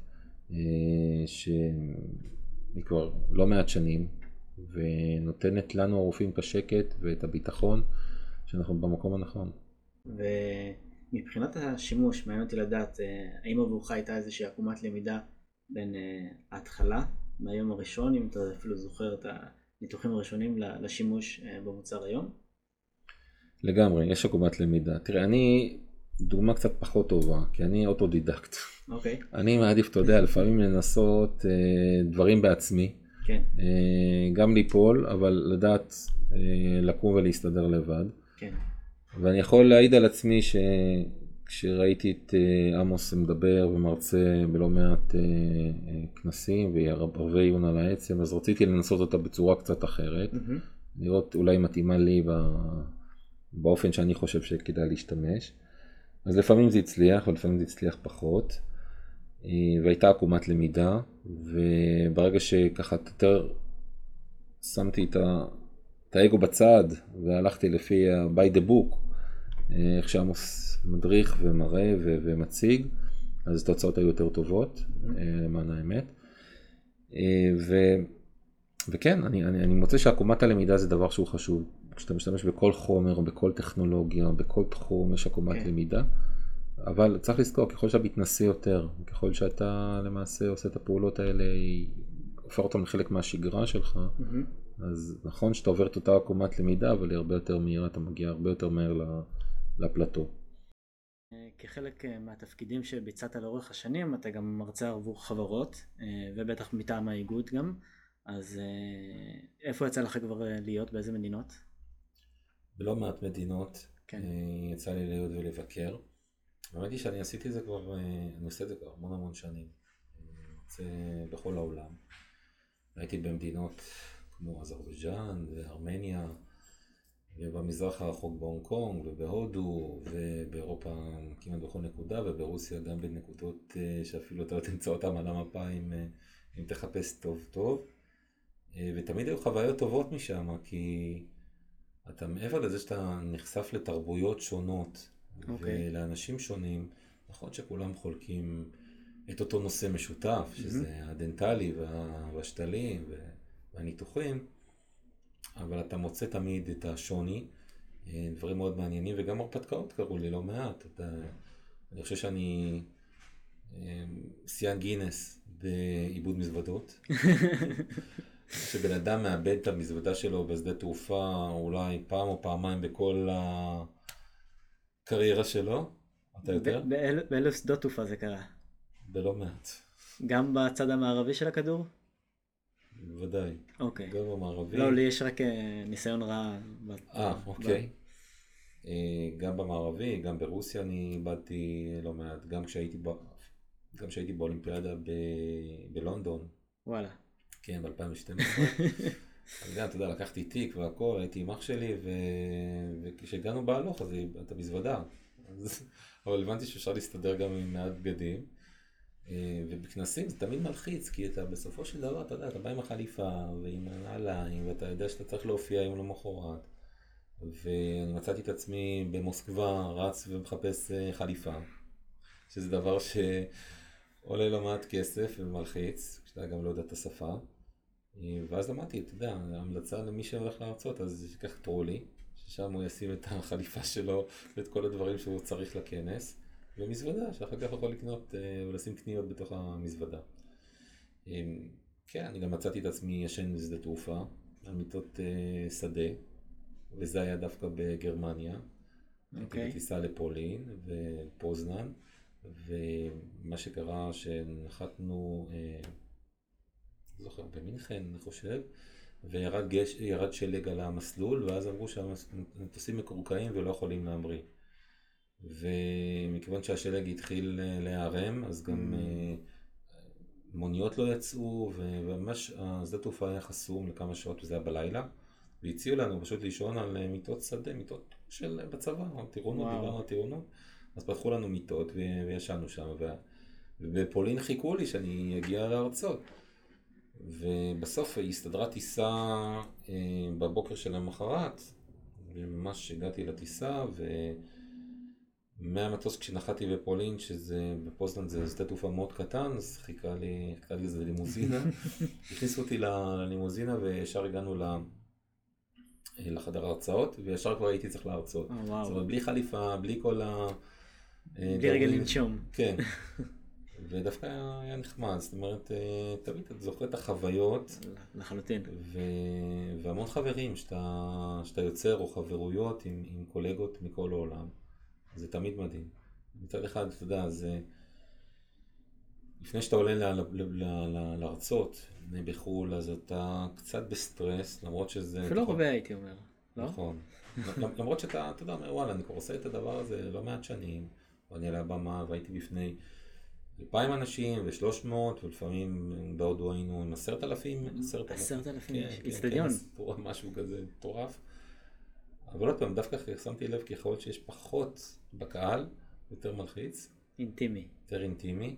שהיא כבר לא מעט שנים, ונותנת לנו הרופאים את השקט ואת הביטחון שאנחנו במקום הנכון. ומבחינת השימוש, מעניין אותי לדעת, האם עבורך הייתה איזושהי עקומת למידה בין ההתחלה, מהיום הראשון, אם אתה אפילו זוכר את הניתוחים הראשונים לשימוש במוצר היום? לגמרי, יש עקומת למידה. תראה, אני דוגמה קצת פחות טובה, כי אני אוטודידקט. אוקיי. אני מעדיף, אתה יודע, לפעמים לנסות דברים בעצמי. כן. גם ליפול, אבל לדעת לקום ולהסתדר לבד. כן. ואני יכול להעיד על עצמי שכשראיתי את עמוס מדבר ומרצה בלא מעט כנסים וערבי עיון על העצם, אז רציתי לנסות אותה בצורה קצת אחרת, לראות אולי מתאימה לי באופן שאני חושב שכדאי להשתמש. אז לפעמים זה הצליח, ולפעמים זה הצליח פחות, והייתה עקומת למידה, וברגע שככה יותר שמתי את האגו בצד, והלכתי לפי by the book, איך שעמוס מדריך ומראה ומציג, אז התוצאות היו יותר טובות, למען האמת. וכן, אני מוצא שעקומת הלמידה זה דבר שהוא חשוב. כשאתה משתמש בכל חומר, בכל טכנולוגיה, בכל תחום, יש עקומת למידה. אבל צריך לזכור, ככל שאתה מתנסה יותר, ככל שאתה למעשה עושה את הפעולות האלה, הופך אותם לחלק מהשגרה שלך, אז נכון שאתה עובר את אותה עקומת למידה, אבל היא הרבה יותר מהירה, אתה מגיע הרבה יותר מהר לפלטו. כחלק מהתפקידים שביצעת לאורך השנים, אתה גם מרצה עבור חברות, ובטח מטעם האיגוד גם, אז איפה יצא לך כבר להיות, באיזה מדינות? בלא מעט מדינות, כן. יצא לי להיות ולבקר. האמת היא שאני עשיתי את זה כבר, אני עושה את זה כבר המון שנים. אני מרצה בכל העולם. הייתי במדינות כמו אזרבייג'אן וארמניה, ובמזרח הרחוק בהונג קונג ובהודו, ובאירופה כמעט בכל נקודה, וברוסיה גם בנקודות שאפילו אתה לא תמצא אותם על המפה אם תחפש טוב. ותמיד היו חוויות טובות משם, כי אתה מעבר לזה שאתה נחשף לתרבויות שונות, ולאנשים שונים, נכון שכולם חולקים את אותו נושא משותף, שזה הדנטלי והשתלים והניתוחים, אבל אתה מוצא תמיד את השוני, דברים מאוד מעניינים, וגם הרפתקאות קראו לי לא מעט. אני חושב שאני שיאן גינס בעיבוד מזוודות. שבן אדם מאבד את המזוודה שלו בשדה תעופה אולי פעם או פעמיים בכל הקריירה שלו. אתה יותר? באלף שדות תעופה זה קרה. בלא מעט. גם בצד המערבי של הכדור? בוודאי. אוקיי. גם במערבי. לא, לי יש רק ניסיון רע. אוקיי. גם במערבי, גם ברוסיה אני איבדתי לא מעט, גם כשהייתי באולימפיאדה בלונדון. וואלה. כן, ב-2012. אז גם, אתה יודע, לקחתי תיק והכל, הייתי עם אח שלי, וכשהגענו בהלוך, אז אתה מזוודה. אבל הבנתי שאפשר להסתדר גם עם מעט בגדים. ובכנסים זה תמיד מלחיץ, כי אתה בסופו של דבר, אתה יודע, אתה בא עם החליפה ועם הנעליים, ואתה יודע שאתה צריך להופיע יום למחרת. ואני מצאתי את עצמי במוסקבה, רץ ומחפש חליפה, שזה דבר שעולה לא מעט כסף ומלחיץ, כשאתה גם לא יודע את השפה. ואז למדתי, אתה יודע, ההמלצה למי שהולך לארצות, אז שיקח טרולי, ששם הוא ישים את החליפה שלו ואת כל הדברים שהוא צריך לכנס, ומזוודה, שאחר כך יכול לקנות ולשים קניות בתוך המזוודה. כן, אני גם מצאתי את עצמי ישן בשדה תעופה, על מיטות שדה, וזה היה דווקא בגרמניה. הייתי בטיסה לפולין ופוזנן, ומה שקרה שנחתנו, זוכר, במינכן, אני חושב, וירד שלג על המסלול, ואז אמרו שהמטוסים מקורקעים ולא יכולים להמריא. ומכיוון שהשלג התחיל להיערם, אז גם מוניות לא יצאו, וממש השדה תעופה היה חסום לכמה שעות, וזה היה בלילה. והציעו לנו פשוט לישון על מיטות שדה, מיטות של בצבא, טירונות, דיברנו על טירונות. אז פתחו לנו מיטות וישנו שם, ובפולין חיכו לי שאני אגיע לארצות. ובסוף הסתדרה טיסה בבוקר של המחרת, וממש הגעתי לטיסה, ומהמטוס כשנחתי בפולין, שזה בפוזנן זה שדה תעופה מאוד קטן, אז חיכה לי איזה לימוזינה. הכניסו אותי ללימוזינה וישר הגענו לחדר הרצאות, וישר כבר הייתי צריך להרצות. זאת אומרת, בלי חליפה, בלי כל בלי רגל לנשום. כן. ודווקא היה נחמד, זאת אומרת, תמיד אתה זוכר את החוויות. לחלוטין. והמון חברים שאתה יוצר, או חברויות עם קולגות מכל העולם. זה תמיד מדהים. מצד אחד, אתה יודע, לפני שאתה עולה לארצות, בחו"ל, אז אתה קצת בסטרס, למרות שזה... אפילו הרבה הייתי אומר, לא? נכון. למרות שאתה, אתה יודע, אומר, וואלה, אני כבר עושה את הדבר הזה לא מעט שנים, ואני על הבמה והייתי בפני 2,000 אנשים ו300, ולפעמים בהודו היינו עם 10,000. 10,000 כן, איצטדיון. משהו כזה מטורף. אבל עוד פעם, דווקא שמתי לב ככל שיש פחות בקהל, יותר מלחיץ. אינטימי. יותר אינטימי.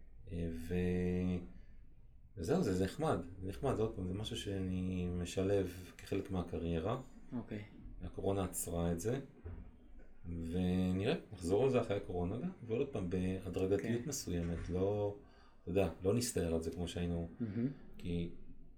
וזהו, זה נחמד. זה נחמד, זה עוד פעם, זה משהו שאני משלב כחלק מהקריירה. אוקיי. הקורונה עצרה את זה. ונראה, נחזור על זה אחרי הקורונה, ועוד פעם בהדרגתיות מסוימת, לא, אתה יודע, לא נסתער על זה כמו שהיינו, כי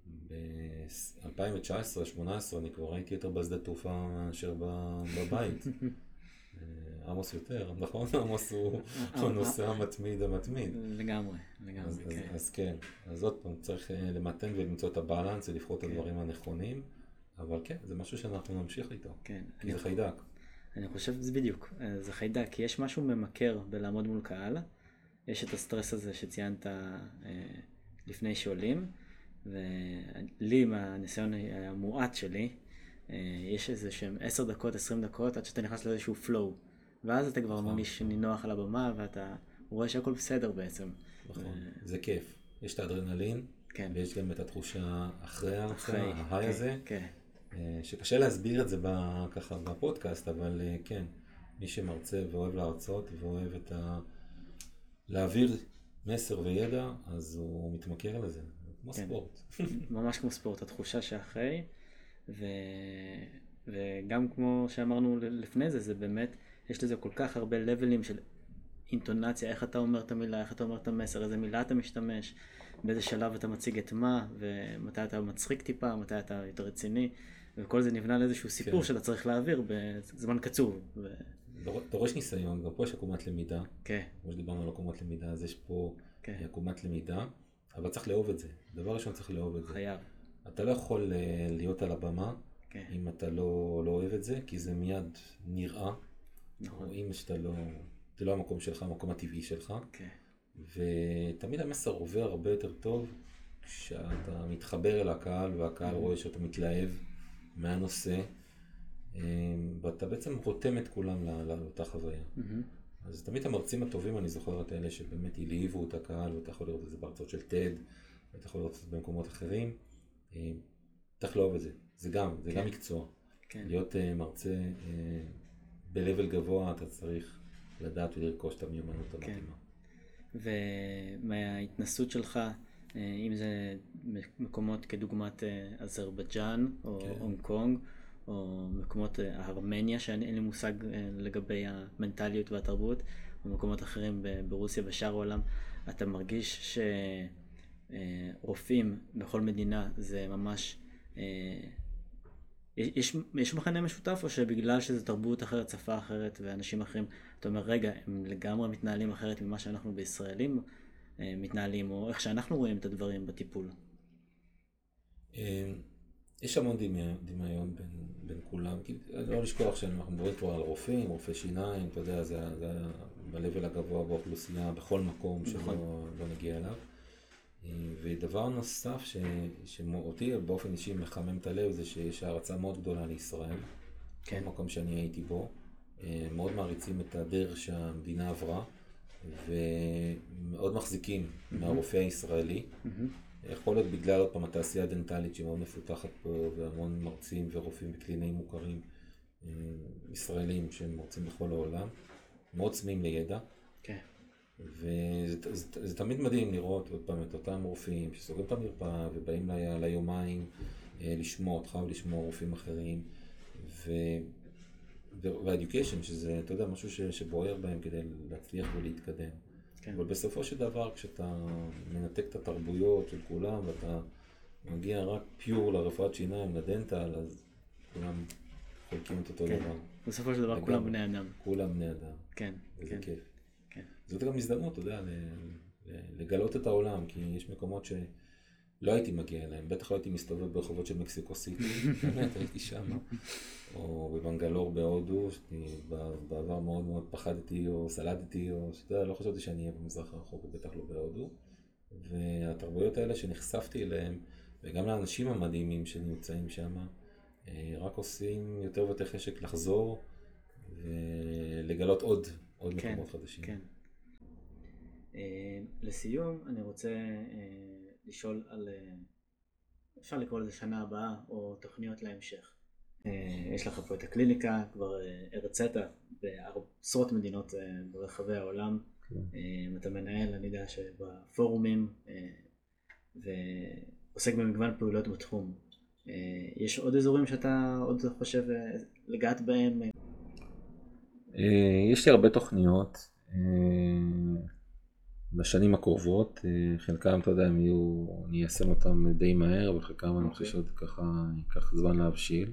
ב-2019-2018 אני כבר הייתי יותר בשדה תעופה מאשר בבית. עמוס יותר, נכון? עמוס הוא הנושא המתמיד. לגמרי, כן. אז כן, אז עוד פעם צריך למתן ולמצוא את הבאלנס ולבחור את הדברים הנכונים, אבל כן, זה משהו שאנחנו נמשיך איתו, כי זה חיידק. אני חושב שזה בדיוק, זה חיידק, כי יש משהו ממכר בלעמוד מול קהל, יש את הסטרס הזה שציינת לפני שעולים, ולי מהניסיון המועט שלי, יש איזה שהם 10 דקות, 20 דקות, עד שאתה נכנס לאיזשהו פלואו, ואז אתה כבר מרגיש נינוח על הבמה, ואתה רואה שהכל בסדר בעצם. נכון, זה כיף, יש את האדרנלין, ויש גם את התחושה אחרי ההיי הזה, שקשה להסביר את זה ככה בפודקאסט, אבל כן, מי שמרצה ואוהב להרצות ואוהב להעביר מסר וידע, אז הוא מתמכר לזה, כמו ספורט. ממש כמו ספורט, התחושה שאחרי, וגם כמו שאמרנו לפני זה, זה באמת, יש לזה כל כך הרבה לבלים של אינטונציה, איך אתה אומר את המילה, איך אתה אומר את המסר, איזה מילה אתה משתמש, באיזה שלב אתה מציג את מה, ומתי אתה מצחיק טיפה, מתי אתה יותר רציני, וכל זה נבנה לאיזשהו סיפור שאתה צריך להעביר בזמן קצוב. דורש ניסיון, גם פה יש עקומת למידה. כן. כמו שדיברנו על עקומת למידה, אז יש פה עקומת למידה, אבל צריך לאהוב את זה. דבר ראשון צריך לאהוב את זה. חייב. אתה לא יכול להיות על הבמה, אם אתה לא אוהב את זה, כי זה מיד נראה. נכון. רואים שאתה לא... זה לא המקום שלך, המקום הטבעי שלך. ותמיד המסר עובר הרבה יותר טוב כשאתה מתחבר אל הקהל, והקהל רואה שאתה מתלהב מהנושא, ואתה בעצם רותם את כולם לאותה חוויה. אז תמיד המרצים הטובים, אני זוכר את אלה שבאמת הלהיבו את הקהל, ואתה יכול לראות את זה בהרצאות של טד, ואתה יכול לראות את זה במקומות אחרים. צריך לאהוב את זה. זה גם מקצוע. להיות מרצה בלבל גבוה, אתה צריך לדעת ולרכוש את המיומנות המתאימה. ומההתנסות שלך, אם זה מקומות כדוגמת אזרבייג'אן או הונג קונג, או מקומות ארמניה, שאין לי מושג לגבי המנטליות והתרבות, או מקומות אחרים ברוסיה, בשאר העולם, אתה מרגיש שרופאים בכל מדינה זה ממש... יש מכנה משותף, או שבגלל שזה תרבות אחרת, שפה אחרת ואנשים אחרים, אתה אומר, רגע, הם לגמרי מתנהלים אחרת ממה שאנחנו בישראלים מתנהלים, או איך שאנחנו רואים את הדברים בטיפול? יש המון דמיון בין כולם, כי לא לשכוח שאנחנו מדברים כבר על רופאים, רופאי שיניים, אתה יודע, זה בלבל הגבוה באוכלוסייה, בכל מקום שלא נגיע אליו. ודבר נוסף שאותי באופן אישי מחמם את הלב, זה שיש הערצה מאוד גדולה לישראל, כל מקום שאני הייתי בו, מאוד מעריצים את הדרך שהמדינה עברה, ומאוד מחזיקים מהרופא הישראלי. יכול להיות בגלל עוד פעם התעשייה הדנטלית שמאוד מפותחת פה, והמון מרצים ורופאים וקלינאים מוכרים ישראלים שהם מרצים בכל העולם, מאוד צמאים לידע. וזה תמיד מדהים לראות עוד פעם את אותם רופאים שסוגרים את המרפאה ובאים ליומיים לשמוע אותך ולשמוע רופאים אחרים, וה-education, שזה, אתה יודע, משהו שבוער בהם כדי להצליח ולהתקדם. אבל בסופו של דבר, כשאתה מנתק את התרבויות של כולם ואתה מגיע רק פיור לרפואת שיניים, לדנטל, אז כולם חולקים את אותו דבר. בסופו של דבר כולם בני אדם. כולם בני אדם. כן. וזה כיף. זאת גם הזדמנות, אתה יודע, לגלות את העולם, כי יש מקומות שלא הייתי מגיע אליהם, בטח לא הייתי מסתובב ברחובות של מקסיקו סיטי, באמת הייתי שם, או בבנגלור בהודו, בעבר מאוד מאוד פחדתי או סלדתי, או שאתה יודע, לא חשבתי שאני אהיה במזרח הרחוק, ובטח לא בהודו, והתרבויות האלה שנחשפתי אליהם, וגם לאנשים המדהימים שנמצאים שם, רק עושים יותר ויותר חשק לחזור ולגלות עוד כן, מקומות חדשים. כן. לסיום, אני רוצה לשאול על, אפשר לקרוא לזה שנה הבאה, או תוכניות להמשך. יש לך פה את הקליניקה, כבר הרצאת בעשרות מדינות ברחבי העולם. אתה מנהל, אני יודע שבפורומים, ועוסק במגוון פעולות בתחום. יש עוד אזורים שאתה עוד חושב לגעת בהם? יש לי הרבה תוכניות בשנים הקרובות, חלקם, אתה יודע, אני איישם אותם די מהר, וחלקם אני חושב שעוד ככה ייקח זמן להבשיל.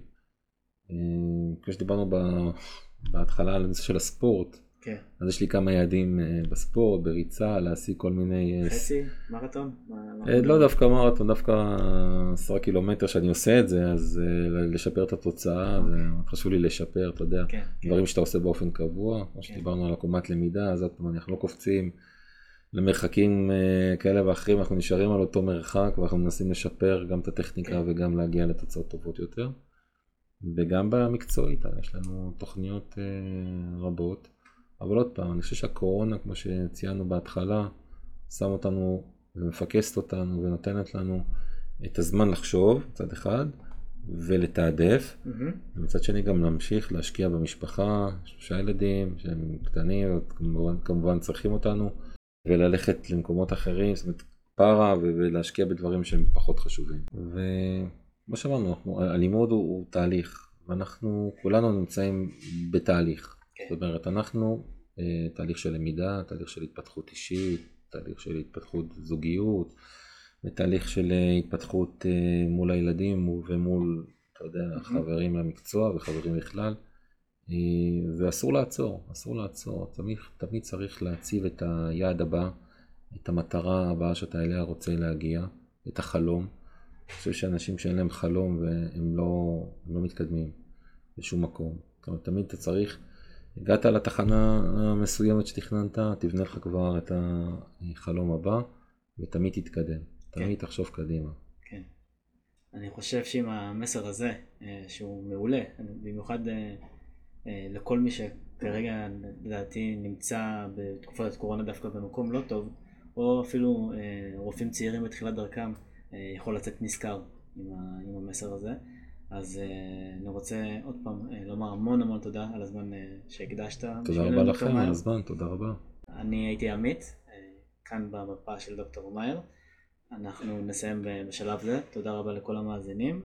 כמו שדיברנו בהתחלה על הנושא של הספורט, אז יש לי כמה יעדים בספורט, בריצה, להשיג כל מיני... חצי? מרתון? לא דווקא מרתון, דווקא 10 קילומטר שאני עושה את זה, אז לשפר את התוצאה, חשוב לי לשפר, אתה יודע, דברים שאתה עושה באופן קבוע, כמו שדיברנו על עקומת למידה, אז אנחנו לא קופצים למרחקים כאלה ואחרים, אנחנו נשארים על אותו מרחק, ואנחנו מנסים לשפר גם את הטכניקה וגם להגיע לתוצאות טובות יותר. וגם במקצועית, יש לנו תוכניות רבות, אבל עוד פעם, אני חושב שהקורונה, כמו שציינו בהתחלה, שם אותנו ומפקסת אותנו ונותנת לנו את הזמן לחשוב, מצד אחד, ולתעדף, ומצד שני גם להמשיך להשקיע במשפחה, 3 ילדים שהם קטנים, כמובן צריכים אותנו, וללכת למקומות אחרים, זאת אומרת, פרה, ולהשקיע בדברים שהם פחות חשובים. כמו שאמרנו, הלימוד הוא תהליך, ואנחנו כולנו נמצאים בתהליך. זאת אומרת, אנחנו תהליך של למידה, תהליך של התפתחות אישית, תהליך של התפתחות זוגיות, ותהליך של התפתחות מול הילדים ומול, אתה יודע, חברים למקצוע וחברים בכלל. ואסור לעצור, אסור לעצור. תמיד צריך להציב את היעד הבא, את המטרה הבאה שאתה אליה רוצה להגיע, את החלום. אני חושב שאנשים שאין להם חלום והם לא מתקדמים בשום מקום. זאת אומרת, תמיד אתה צריך, הגעת לתחנה המסוימת שתכננת, תבנה לך כבר את החלום הבא, ותמיד תתקדם. תמיד תחשוב קדימה. כן. אני חושב שעם המסר הזה, שהוא מעולה, במיוחד לכל מי שכרגע לדעתי נמצא בתקופת הקורונה דווקא במקום לא טוב, או אפילו רופאים צעירים בתחילת דרכם, יכול לצאת נזכר עם המסר הזה. אז אני רוצה עוד פעם לומר המון תודה על הזמן שהקדשת. תודה רבה לכם על הזמן, תודה רבה. אני הייתי עמית, כאן במרפאה של דוקטור מאייר. אנחנו נסיים בשלב זה. תודה רבה לכל המאזינים.